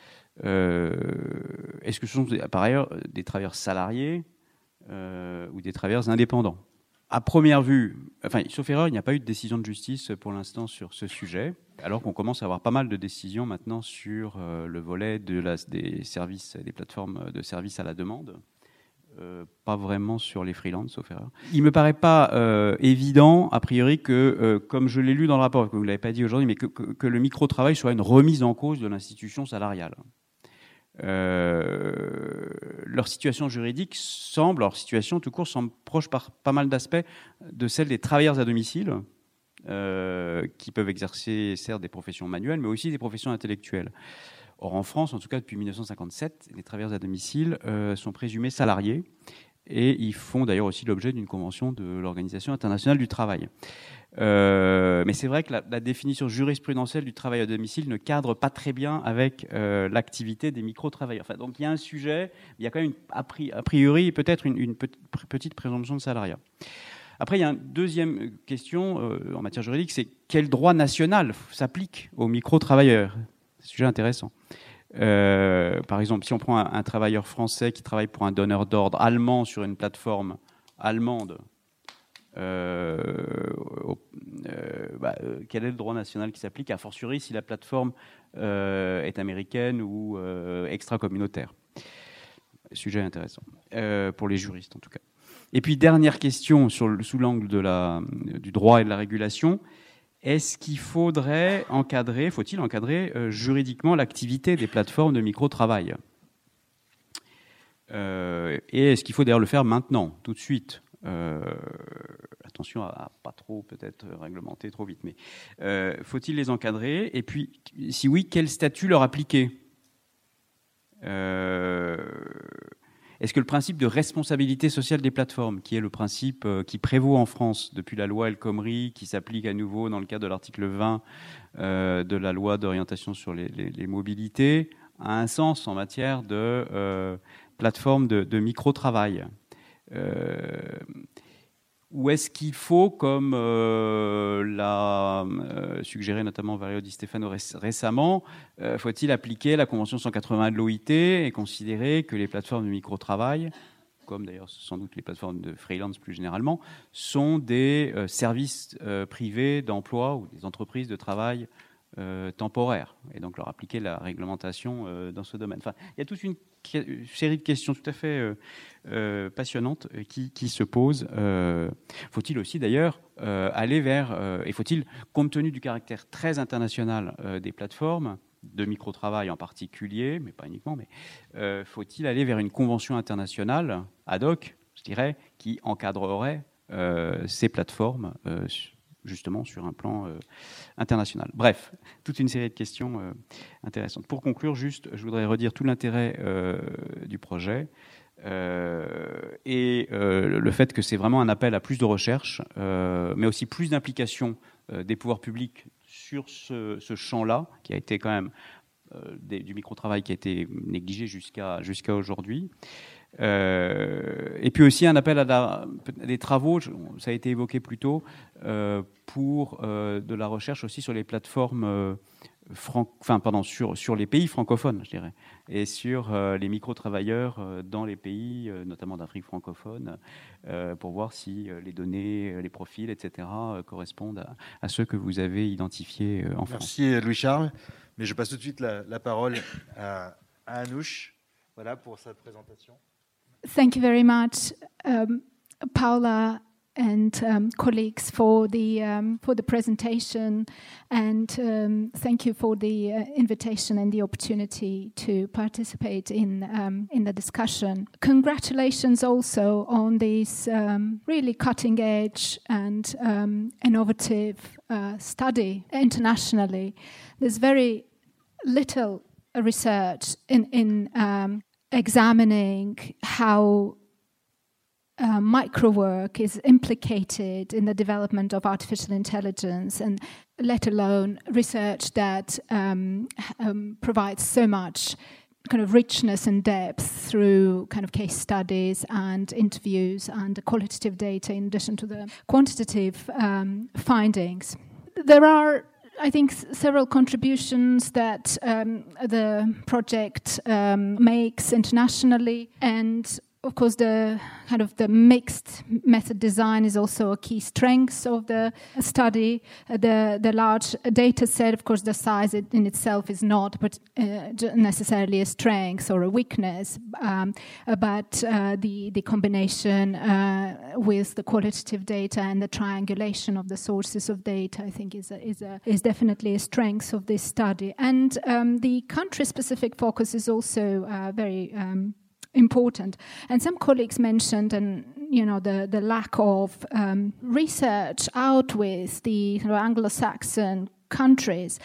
Est-ce que ce sont par ailleurs des travailleurs salariés ou des travailleurs indépendants ? À première vue, enfin, sauf erreur, il n'y a pas eu de décision de justice pour l'instant sur ce sujet, alors qu'on commence à avoir pas mal de décisions maintenant sur le volet des services, des plateformes de services à la demande. Pas vraiment sur les freelances, sauf erreur. Il me paraît pas évident, a priori, que, comme je l'ai lu dans le rapport, que vous ne l'avez pas dit aujourd'hui, mais que le micro-travail soit une remise en cause de l'institution salariale. Leur situation juridique leur situation tout court semble proche par pas mal d'aspects de celle des travailleurs à domicile, qui peuvent exercer certes des professions manuelles, mais aussi des professions intellectuelles. Or, en France, en tout cas depuis 1957, les travailleurs à domicile sont présumés salariés et ils font d'ailleurs aussi l'objet d'une convention de l'Organisation internationale du travail. Mais c'est vrai que la définition jurisprudentielle du travail à domicile ne cadre pas très bien avec l'activité des micro-travailleurs. Enfin, donc il y a un sujet, il y a quand même a priori peut-être une petite présomption de salariat. Après, il y a une deuxième question en matière juridique, c'est quel droit national s'applique aux micro-travailleurs ? C'est un sujet intéressant. Par exemple, si on prend un travailleur français qui travaille pour un donneur d'ordre allemand sur une plateforme allemande, quel est le droit national qui s'applique, a fortiori si la plateforme est américaine ou extra-communautaire. Sujet intéressant, pour les juristes en tout cas. Et puis, dernière question sous l'angle du droit et de la régulation. Est-ce qu'il faut-il encadrer juridiquement l'activité des plateformes de micro-travail ? Et est-ce qu'il faut d'ailleurs le faire maintenant, tout de suite ? Attention à pas trop peut-être réglementer trop vite, mais faut-il les encadrer ? Et puis, si oui, quel statut leur appliquer ? Est-ce que le principe de responsabilité sociale des plateformes, qui est le principe qui prévaut en France depuis la loi El Khomri, qui s'applique à nouveau dans le cadre de l'article 20 de la loi d'orientation sur les mobilités, a un sens en matière de plateforme de micro-travail ? Ou est-ce qu'il faut, comme l'a suggéré notamment Vario Di Stefano récemment, faut-il appliquer la Convention 181 de l'OIT et considérer que les plateformes de micro-travail, comme d'ailleurs sans doute les plateformes de freelance plus généralement, sont des services privés d'emploi ou des entreprises de travail temporaires, et donc leur appliquer la réglementation dans ce domaine. Enfin, il y a toute une série de questions tout à fait passionnantes qui se posent. Faut-il aussi d'ailleurs aller vers, et faut-il, compte tenu du caractère très international des plateformes, de micro-travail en particulier, mais pas uniquement, mais faut-il aller vers une convention internationale ad hoc, je dirais, qui encadrerait ces plateformes justement sur un plan international. Bref, toute une série de questions intéressantes. Pour conclure, juste, je voudrais redire tout l'intérêt du projet et le fait que c'est vraiment un appel à plus de recherche, mais aussi plus d'implication des pouvoirs publics sur ce champ-là, qui a été quand même du micro-travail qui a été négligé jusqu'à aujourd'hui. Et puis aussi un appel à des travaux, ça a été évoqué plus tôt, pour de la recherche aussi sur les plateformes sur les pays francophones, je dirais, et sur les micro-travailleurs dans les pays, notamment d'Afrique francophone, pour voir si les données, les profils, etc., correspondent à ceux que vous avez identifiés en France. Merci Louis-Charles. Mais je passe tout de suite la parole à Anouche, voilà, pour sa présentation. Thank you very much, Paula and colleagues for the presentation, and thank you for the invitation and the opportunity to participate in the discussion. Congratulations also on this really cutting edge and innovative study internationally. There's very little research in examining how microwork is implicated in the development of artificial intelligence, and let alone research that provides so much kind of richness and depth through kind of case studies and interviews and qualitative data in addition to the quantitative findings. There are, I think, several contributions that the project makes internationally, and of course the kind of the mixed method design is also a key strength of the study. The large data set, of course, the size in itself is not necessarily a strength or a weakness, but the combination with the qualitative data and the triangulation of the sources of data, I think, is definitely a strength of this study. And the country-specific focus is also very important. And some colleagues mentioned, the lack of research out with the Anglo-Saxon countries.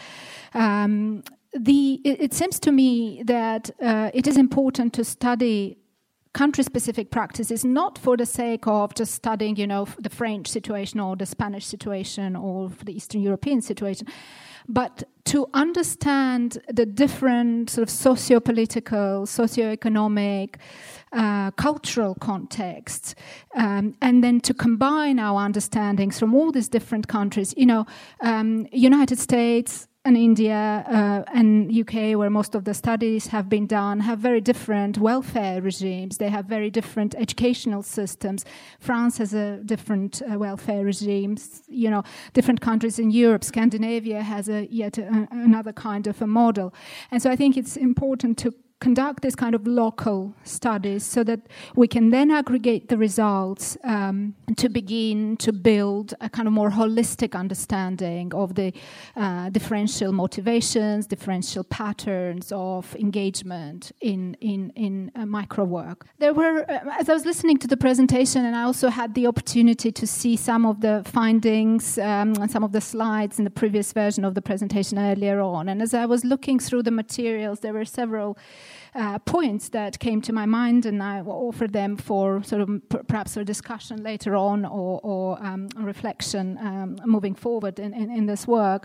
It seems to me that it is important to study country-specific practices, not for the sake of just studying, the French situation or the Spanish situation or the Eastern European situation, but to understand the different sort of socio-political, socio-economic, cultural contexts, and then to combine our understandings from all these different countries. United States and India and UK, where most of the studies have been done, have very different welfare regimes. They have very different educational systems. France has a different welfare regimes. Different countries in Europe, Scandinavia has yet another kind of a model. And so I think it's important to conduct this kind of local studies so that we can then aggregate the results to begin to build a kind of more holistic understanding of the differential motivations, differential patterns of engagement in microwork. There were, as I was listening to the presentation, and I also had the opportunity to see some of the findings and some of the slides in the previous version of the presentation earlier on. And as I was looking through the materials, there were several points that came to my mind, and I offered them for sort of perhaps a discussion later on or reflection moving forward in this work.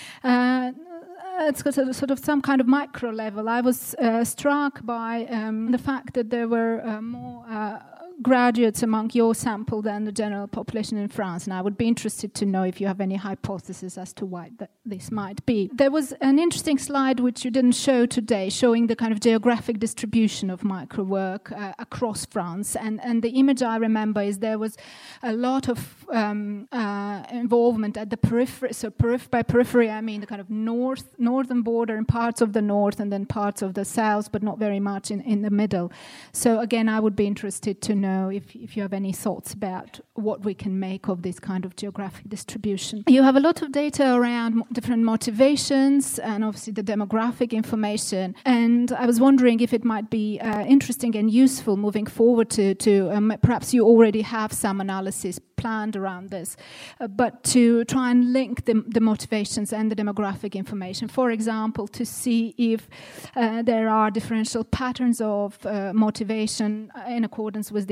It's got sort of some kind of micro level. I was struck by the fact that there were more graduates among your sample than the general population in France, and I would be interested to know if you have any hypothesis as to why this might be. There was an interesting slide which you didn't show today, showing the kind of geographic distribution of microwork across France, and the image I remember is there was a lot of involvement at the periphery. So by periphery I mean the kind of northern border and parts of the north, and then parts of the south, but not very much in the middle. So again, I would be interested to know if you have any thoughts about what we can make of this kind of geographic distribution. You have a lot of data around different motivations and obviously the demographic information, and I was wondering if it might be interesting and useful moving forward to perhaps you already have some analysis planned around this, but to try and link the motivations and the demographic information. For example, to see if there are differential patterns of motivation in accordance with the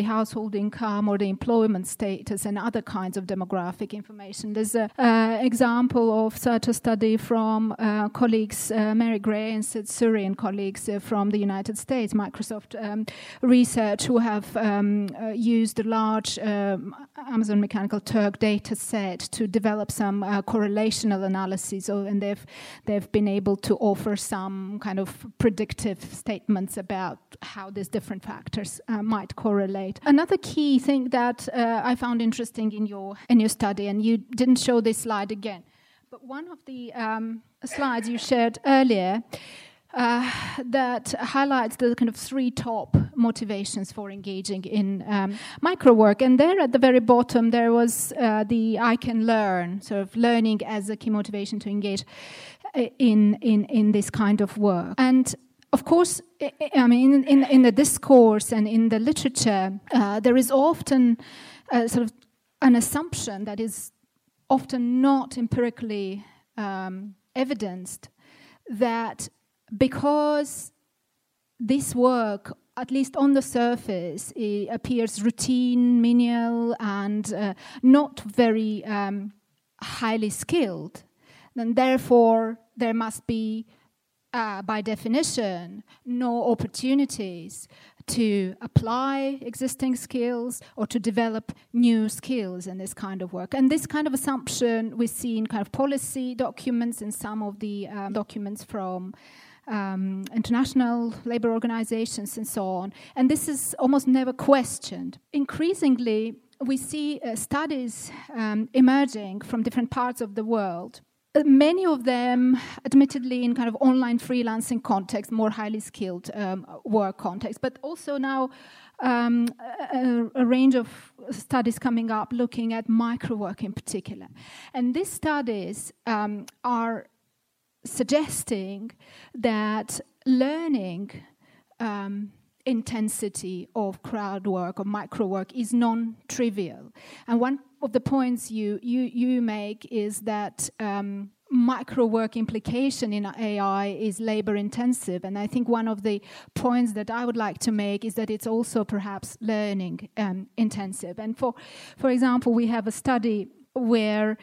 the household income or the employment status and other kinds of demographic information. There's an example of such a study from colleagues, Mary Gray and Sid Suri and colleagues from the United States, Microsoft Research, who have used a large Amazon Mechanical Turk data set to develop some correlational analysis, and they've been able to offer some kind of predictive statements about how these different factors might correlate. Another key thing that I found interesting in your study, and you didn't show this slide again, but one of the slides you shared earlier that highlights the kind of 3 top motivations for engaging in microwork. And there at the very bottom, there was the I can learn, sort of learning as a key motivation to engage in this kind of work. And of course, I mean, in the discourse and in the literature, there is often sort of an assumption that is often not empirically evidenced that because this work, at least on the surface, it appears routine, menial, and not very highly skilled, then therefore there must be, by definition, no opportunities to apply existing skills or to develop new skills in this kind of work. And this kind of assumption we see in kind of policy documents and some of the documents from international labor organizations and so on. And this is almost never questioned. Increasingly, we see studies emerging from different parts of the world. Many of them, admittedly, in kind of online freelancing context, more highly skilled work context, but also now a range of studies coming up looking at microwork in particular. And these studies are suggesting that learning intensity of crowd work or microwork is non-trivial. And one of the points you make is that microwork implication in AI is labor intensive. And I think one of the points that I would like to make is that it's also perhaps learning intensive. And for example, we have a study where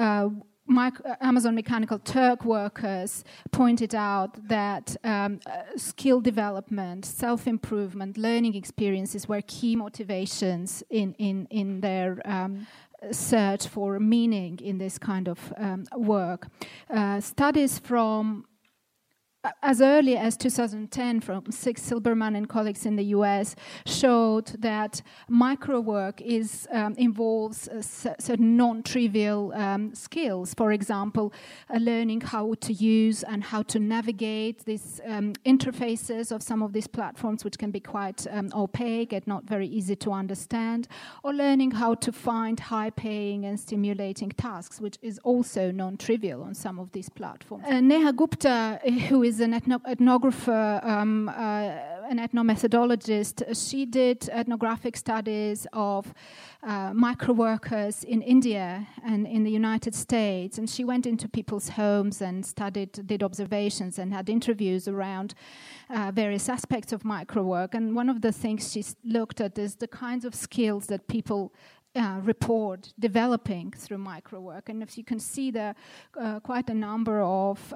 Amazon Mechanical Turk workers pointed out that skill development, self-improvement, learning experiences were key motivations in their search for meaning in this kind of work. Studies from as early as 2010 from Sig Silberman and colleagues in the US showed that microwork involves certain non-trivial skills. For example, learning how to use and how to navigate these interfaces of some of these platforms, which can be quite opaque and not very easy to understand, or learning how to find high-paying and stimulating tasks, which is also non-trivial on some of these platforms. Neha Gupta, who is an ethnographer, an ethnomethodologist. She did ethnographic studies of microworkers in India and in the United States, and she went into people's homes and did observations and had interviews around various aspects of microwork. And one of the things she looked at is the kinds of skills that people report developing through microwork. And if you can see there quite a number of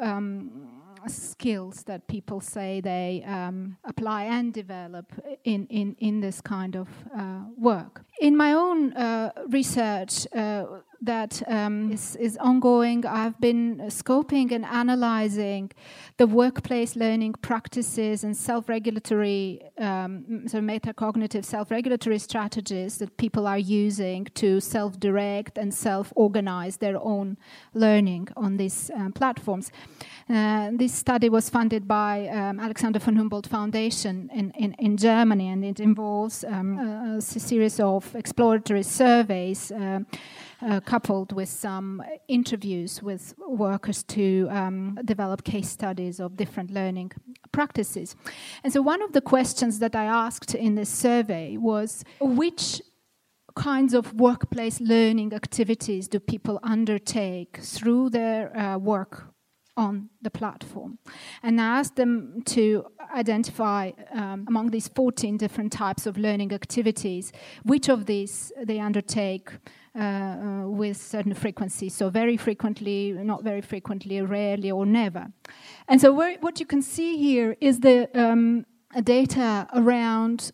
skills that people say they apply and develop in this kind of work. In my own research that is ongoing, I've been scoping and analyzing the workplace learning practices and self-regulatory, metacognitive self-regulatory strategies that people are using to self-direct and self-organize their own learning on these platforms. This study was funded by Alexander von Humboldt Foundation in Germany, and it involves a series of exploratory surveys coupled with some interviews with workers to develop case studies of different learning practices. And so one of the questions that I asked in this survey was, which kinds of workplace learning activities do people undertake through their work on the platform? And I asked them to identify among these 14 different types of learning activities, which of these they undertake with certain frequency. So very frequently, not very frequently, rarely, or never. And so what you can see here is the data around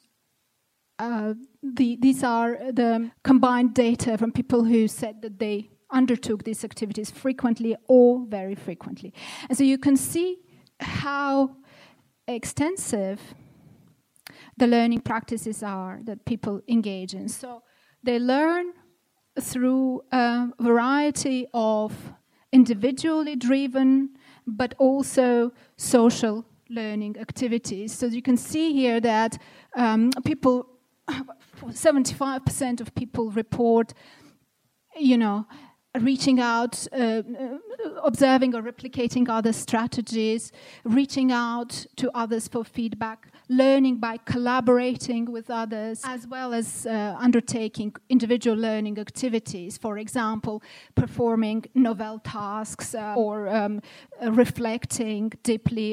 these are the combined data from people who said that they undertook these activities frequently or very frequently. And so you can see how extensive the learning practices are that people engage in. So they learn through a variety of individually driven but also social learning activities. So you can see here that 75% of people report, reaching out, observing or replicating other strategies, reaching out to others for feedback, learning by collaborating with others, as well as undertaking individual learning activities, for example, performing novel tasks or reflecting deeply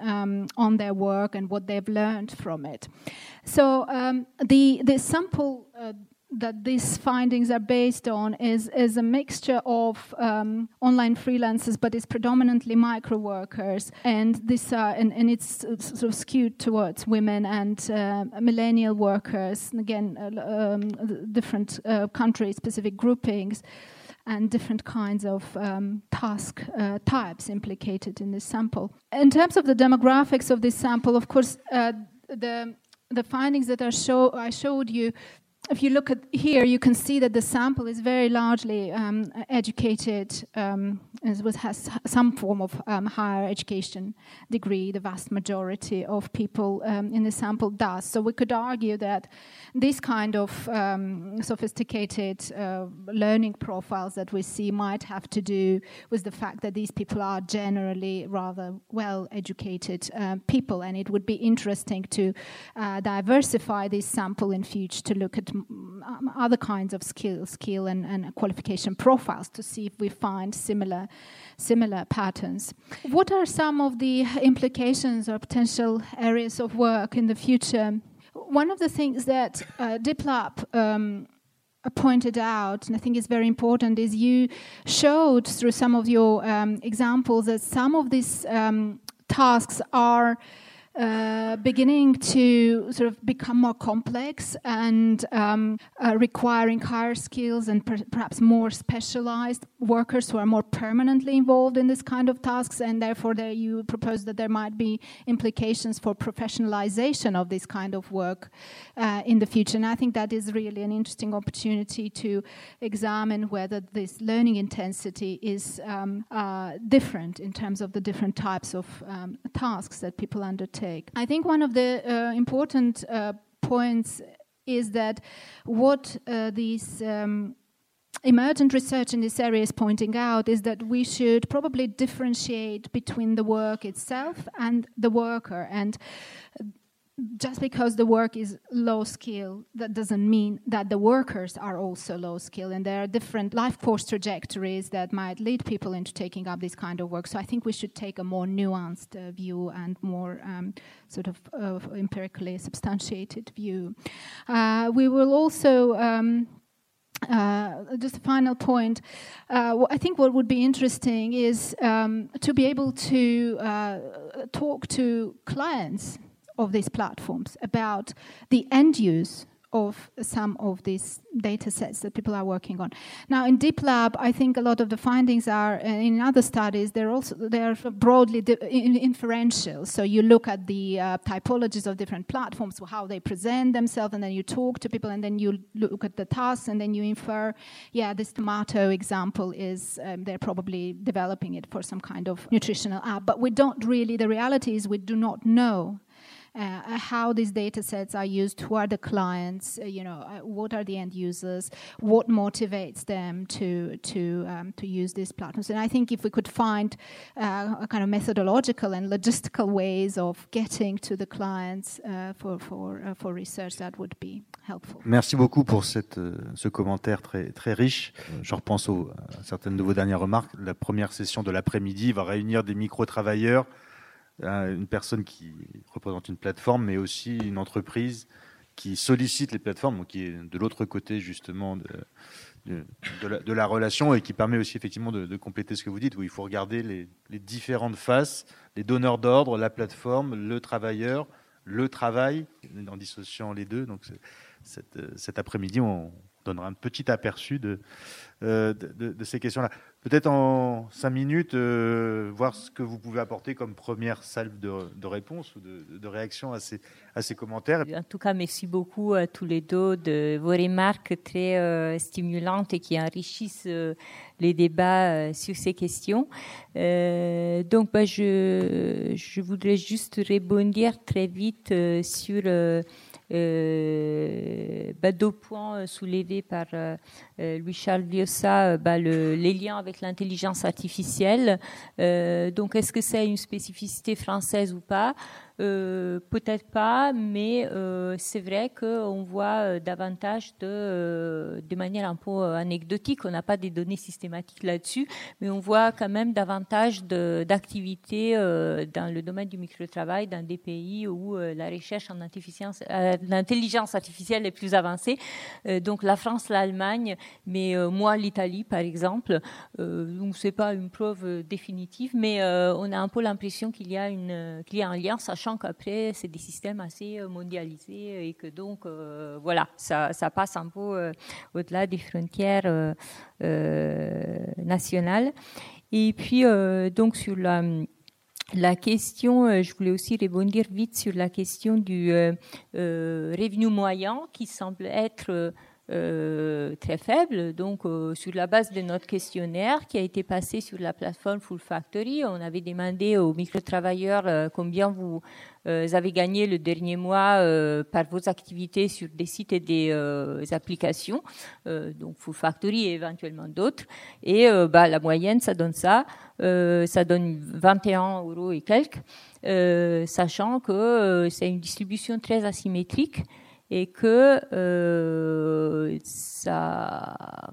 on their work and what they've learned from it. So the sample that these findings are based on is a mixture of online freelancers, but it's predominantly micro workers, and this and it's sort of skewed towards women and millennial workers. And again, different country-specific groupings and different kinds of task types implicated in this sample. In terms of the demographics of this sample, of course, the findings that I showed you. If you look at here, you can see that the sample is very largely educated, has some form of higher education degree. The vast majority of people in the sample does. So we could argue that this kind of sophisticated learning profiles that we see might have to do with the fact that these people are generally rather well-educated people, and it would be interesting to diversify this sample in future to look at other kinds of skill and qualification profiles to see if we find similar patterns. What are some of the implications or potential areas of work in the future? One of the things that DeepLab pointed out, and I think is very important, is you showed through some of your examples that some of these tasks are beginning to sort of become more complex and requiring higher skills and perhaps more specialized workers who are more permanently involved in this kind of tasks, and therefore you propose that there might be implications for professionalization of this kind of work in the future. And I think that is really an interesting opportunity to examine whether this learning intensity is different in terms of the different types of tasks that people undertake. I think one of the important points is that what these emergent research in this area is pointing out is that we should probably differentiate between the work itself and the worker. And just because the work is low skill, that doesn't mean that the workers are also low skill. And there are different life course trajectories that might lead people into taking up this kind of work. So I think we should take a more nuanced view and more sort of empirically substantiated view. We will also... just a final point. I think what would be interesting is to be able to talk to clients of these platforms about the end use of some of these data sets that people are working on. Now, in DeepLab, I think a lot of the findings are, in other studies, they're broadly inferential. So you look at the typologies of different platforms, how they present themselves, and then you talk to people, and then you look at the tasks, and then you infer, this tomato example is, they're probably developing it for some kind of nutritional app. But we don't really, the reality is we do not know how these data sets are used, who are the clients, what are the end users, what motivates them to use these platforms. And I think if we could find a kind of methodological and logistical ways of getting to the clients for research, that would be helpful. Merci beaucoup pour ce commentaire très, très riche. Je repense à certaines de vos dernières remarques. La première session de l'après-midi va réunir des micro-travailleurs, une personne qui représente représente une plateforme, mais aussi une entreprise qui sollicite les plateformes, donc qui est de l'autre côté justement de la relation, et qui permet aussi effectivement de compléter ce que vous dites, où il faut regarder les différentes faces, les donneurs d'ordre, la plateforme, le travailleur, le travail, en dissociant les deux. Donc cet après-midi, on donnera un petit aperçu de ces questions-là. Peut-être en 5 minutes, voir ce que vous pouvez apporter comme première salve de réponses ou de réactions à ces commentaires. En tout cas, merci beaucoup à tous les deux de vos remarques très stimulantes et qui enrichissent les débats sur ces questions. Donc, je voudrais juste rebondir très vite sur deux points soulevés par Louis-Charles Viossa, les liens avec l'intelligence artificielle. Donc, est-ce que c'est une spécificité française ou pas ? Peut-être pas, mais c'est vrai qu'on voit davantage de manière un peu anecdotique, on n'a pas des données systématiques là-dessus, mais on voit quand même davantage d'activités dans le domaine du microtravail dans des pays où la recherche en l'intelligence artificielle est plus avancée. Donc la France, l'Allemagne, mais moi l'Italie par exemple. Donc c'est pas une preuve définitive, mais on a un peu l'impression qu'il y a un lien, sachant qu'après c'est des systèmes assez mondialisés et que donc voilà, ça passe un peu au-delà des frontières nationales. Et puis donc sur la question, je voulais aussi rebondir vite sur la question du revenu moyen qui semble être très faible. Donc, sur la base de notre questionnaire qui a été passé sur la plateforme Full Factory, on avait demandé aux microtravailleurs combien vous avez gagné le dernier mois par vos activités sur des sites et des applications, donc Full Factory et éventuellement d'autres. Et la moyenne, ça donne ça. Ça donne 21 € et quelques, sachant que c'est une distribution très asymétrique. Et que ça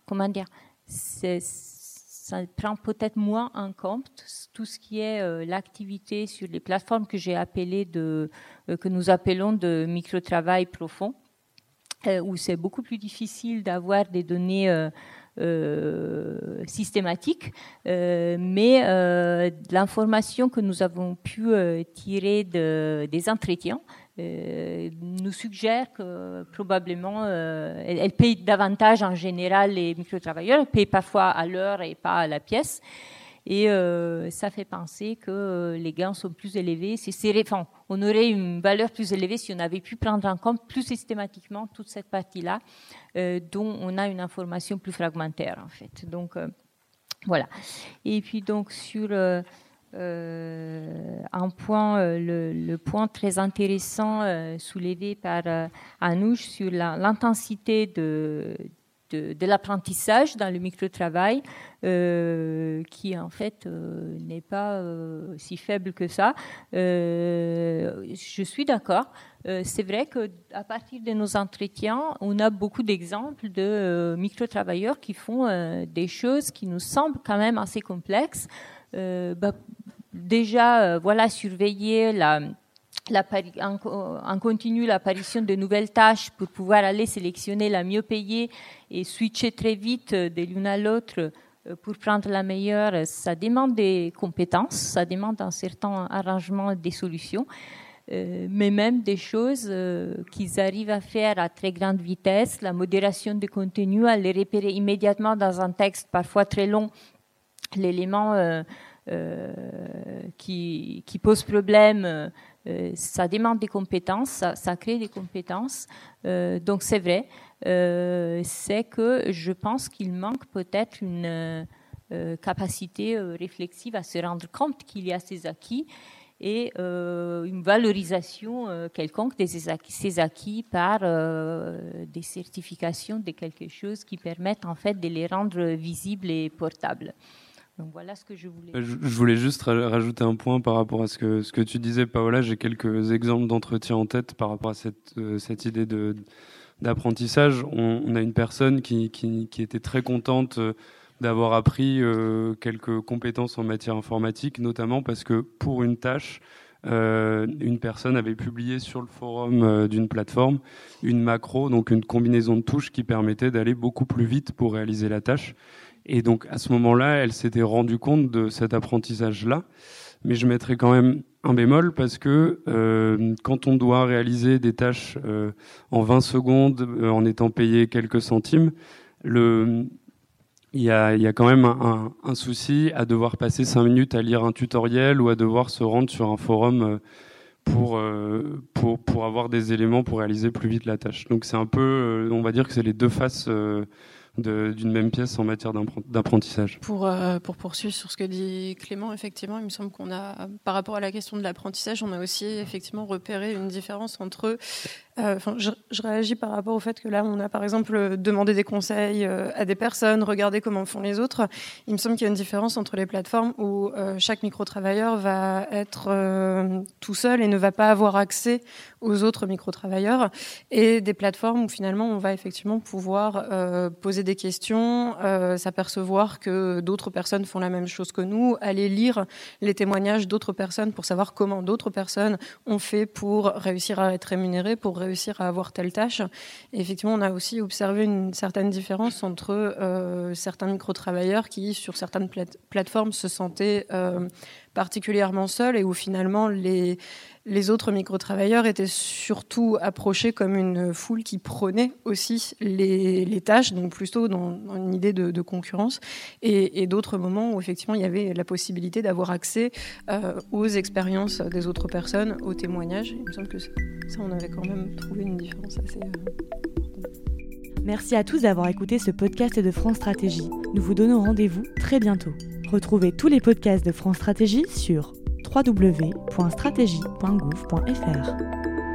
prend peut-être moins en compte tout ce qui est l'activité sur les plateformes que j'ai appelées que nous appelons de microtravail profond, où c'est beaucoup plus difficile d'avoir des données systématiques, mais l'information que nous avons pu tirer des entretiens nous suggère que probablement elle paye davantage en général les microtravailleurs, elle paye parfois à l'heure et pas à la pièce, et ça fait penser que les gains sont plus élevés. On aurait une valeur plus élevée si on avait pu prendre en compte plus systématiquement toute cette partie-là dont on a une information plus fragmentaire en fait. Donc voilà. Et puis donc sur un point, le point très intéressant soulevé par Anouche sur l'intensité de l'apprentissage dans le microtravail, qui en fait n'est pas si faible que ça. Je suis d'accord. C'est vrai qu'à partir de nos entretiens, on a beaucoup d'exemples de microtravailleurs qui font des choses qui nous semblent quand même assez complexes. Déjà, surveiller en continu l'apparition de nouvelles tâches pour pouvoir aller sélectionner la mieux payée et switcher très vite de l'une à l'autre pour prendre la meilleure, ça demande des compétences, ça demande un certain arrangement des solutions, mais même des choses qu'ils arrivent à faire à très grande vitesse, la modération des contenus, à les repérer immédiatement dans un texte parfois très long, l'élément qui pose problème, ça demande des compétences, ça crée des compétences. Donc c'est vrai, c'est que je pense qu'il manque peut-être une capacité réflexive à se rendre compte qu'il y a ces acquis et une valorisation quelconque de ces acquis par des certifications de quelque chose qui permettent en fait de les rendre visibles et portables. Donc voilà ce que je voulais. Je voulais juste rajouter un point par rapport à ce que tu disais, Paola. J'ai quelques exemples d'entretien en tête par rapport à cette idée d'apprentissage. On a une personne qui était très contente d'avoir appris quelques compétences en matière informatique, notamment parce que pour une tâche, une personne avait publié sur le forum d'une plateforme une macro, donc une combinaison de touches qui permettait d'aller beaucoup plus vite pour réaliser la tâche. Et donc à ce moment-là, elle s'était rendue compte de cet apprentissage-là. Mais je mettrais quand même un bémol parce que quand on doit réaliser des tâches en 20 secondes en étant payé quelques centimes, il y a quand même un souci à devoir passer 5 minutes à lire un tutoriel ou à devoir se rendre sur un forum pour avoir des éléments pour réaliser plus vite la tâche. Donc c'est un peu, on va dire que c'est les deux faces d'une même pièce en matière d'apprentissage. Pour poursuivre sur ce que dit Clément, effectivement, il me semble qu'on a, par rapport à la question de l'apprentissage, on a aussi effectivement repéré une différence entre... je réagis par rapport au fait que là, on a par exemple demandé des conseils à des personnes, regardé comment font les autres. Il me semble qu'il y a une différence entre les plateformes où chaque micro-travailleur va être tout seul et ne va pas avoir accès aux autres micro-travailleurs, et des plateformes où finalement on va effectivement pouvoir poser des questions, s'apercevoir que d'autres personnes font la même chose que nous, aller lire les témoignages d'autres personnes pour savoir comment d'autres personnes ont fait pour réussir à être rémunérées, pour réussir à avoir telle tâche. Et effectivement, on a aussi observé une certaine différence entre certains micro-travailleurs qui, sur certaines plateformes, se sentaient particulièrement seuls et où finalement les autres micro-travailleurs étaient surtout approchés comme une foule qui prenait aussi les tâches, donc plutôt dans une idée de concurrence, et d'autres moments où effectivement il y avait la possibilité d'avoir accès aux expériences des autres personnes, aux témoignages. Il me semble que ça, on avait quand même trouvé une différence assez importante. Merci à tous d'avoir écouté ce podcast de France Stratégie. Nous vous donnons rendez-vous très bientôt. Retrouvez tous les podcasts de France Stratégie sur www.strategie.gouv.fr.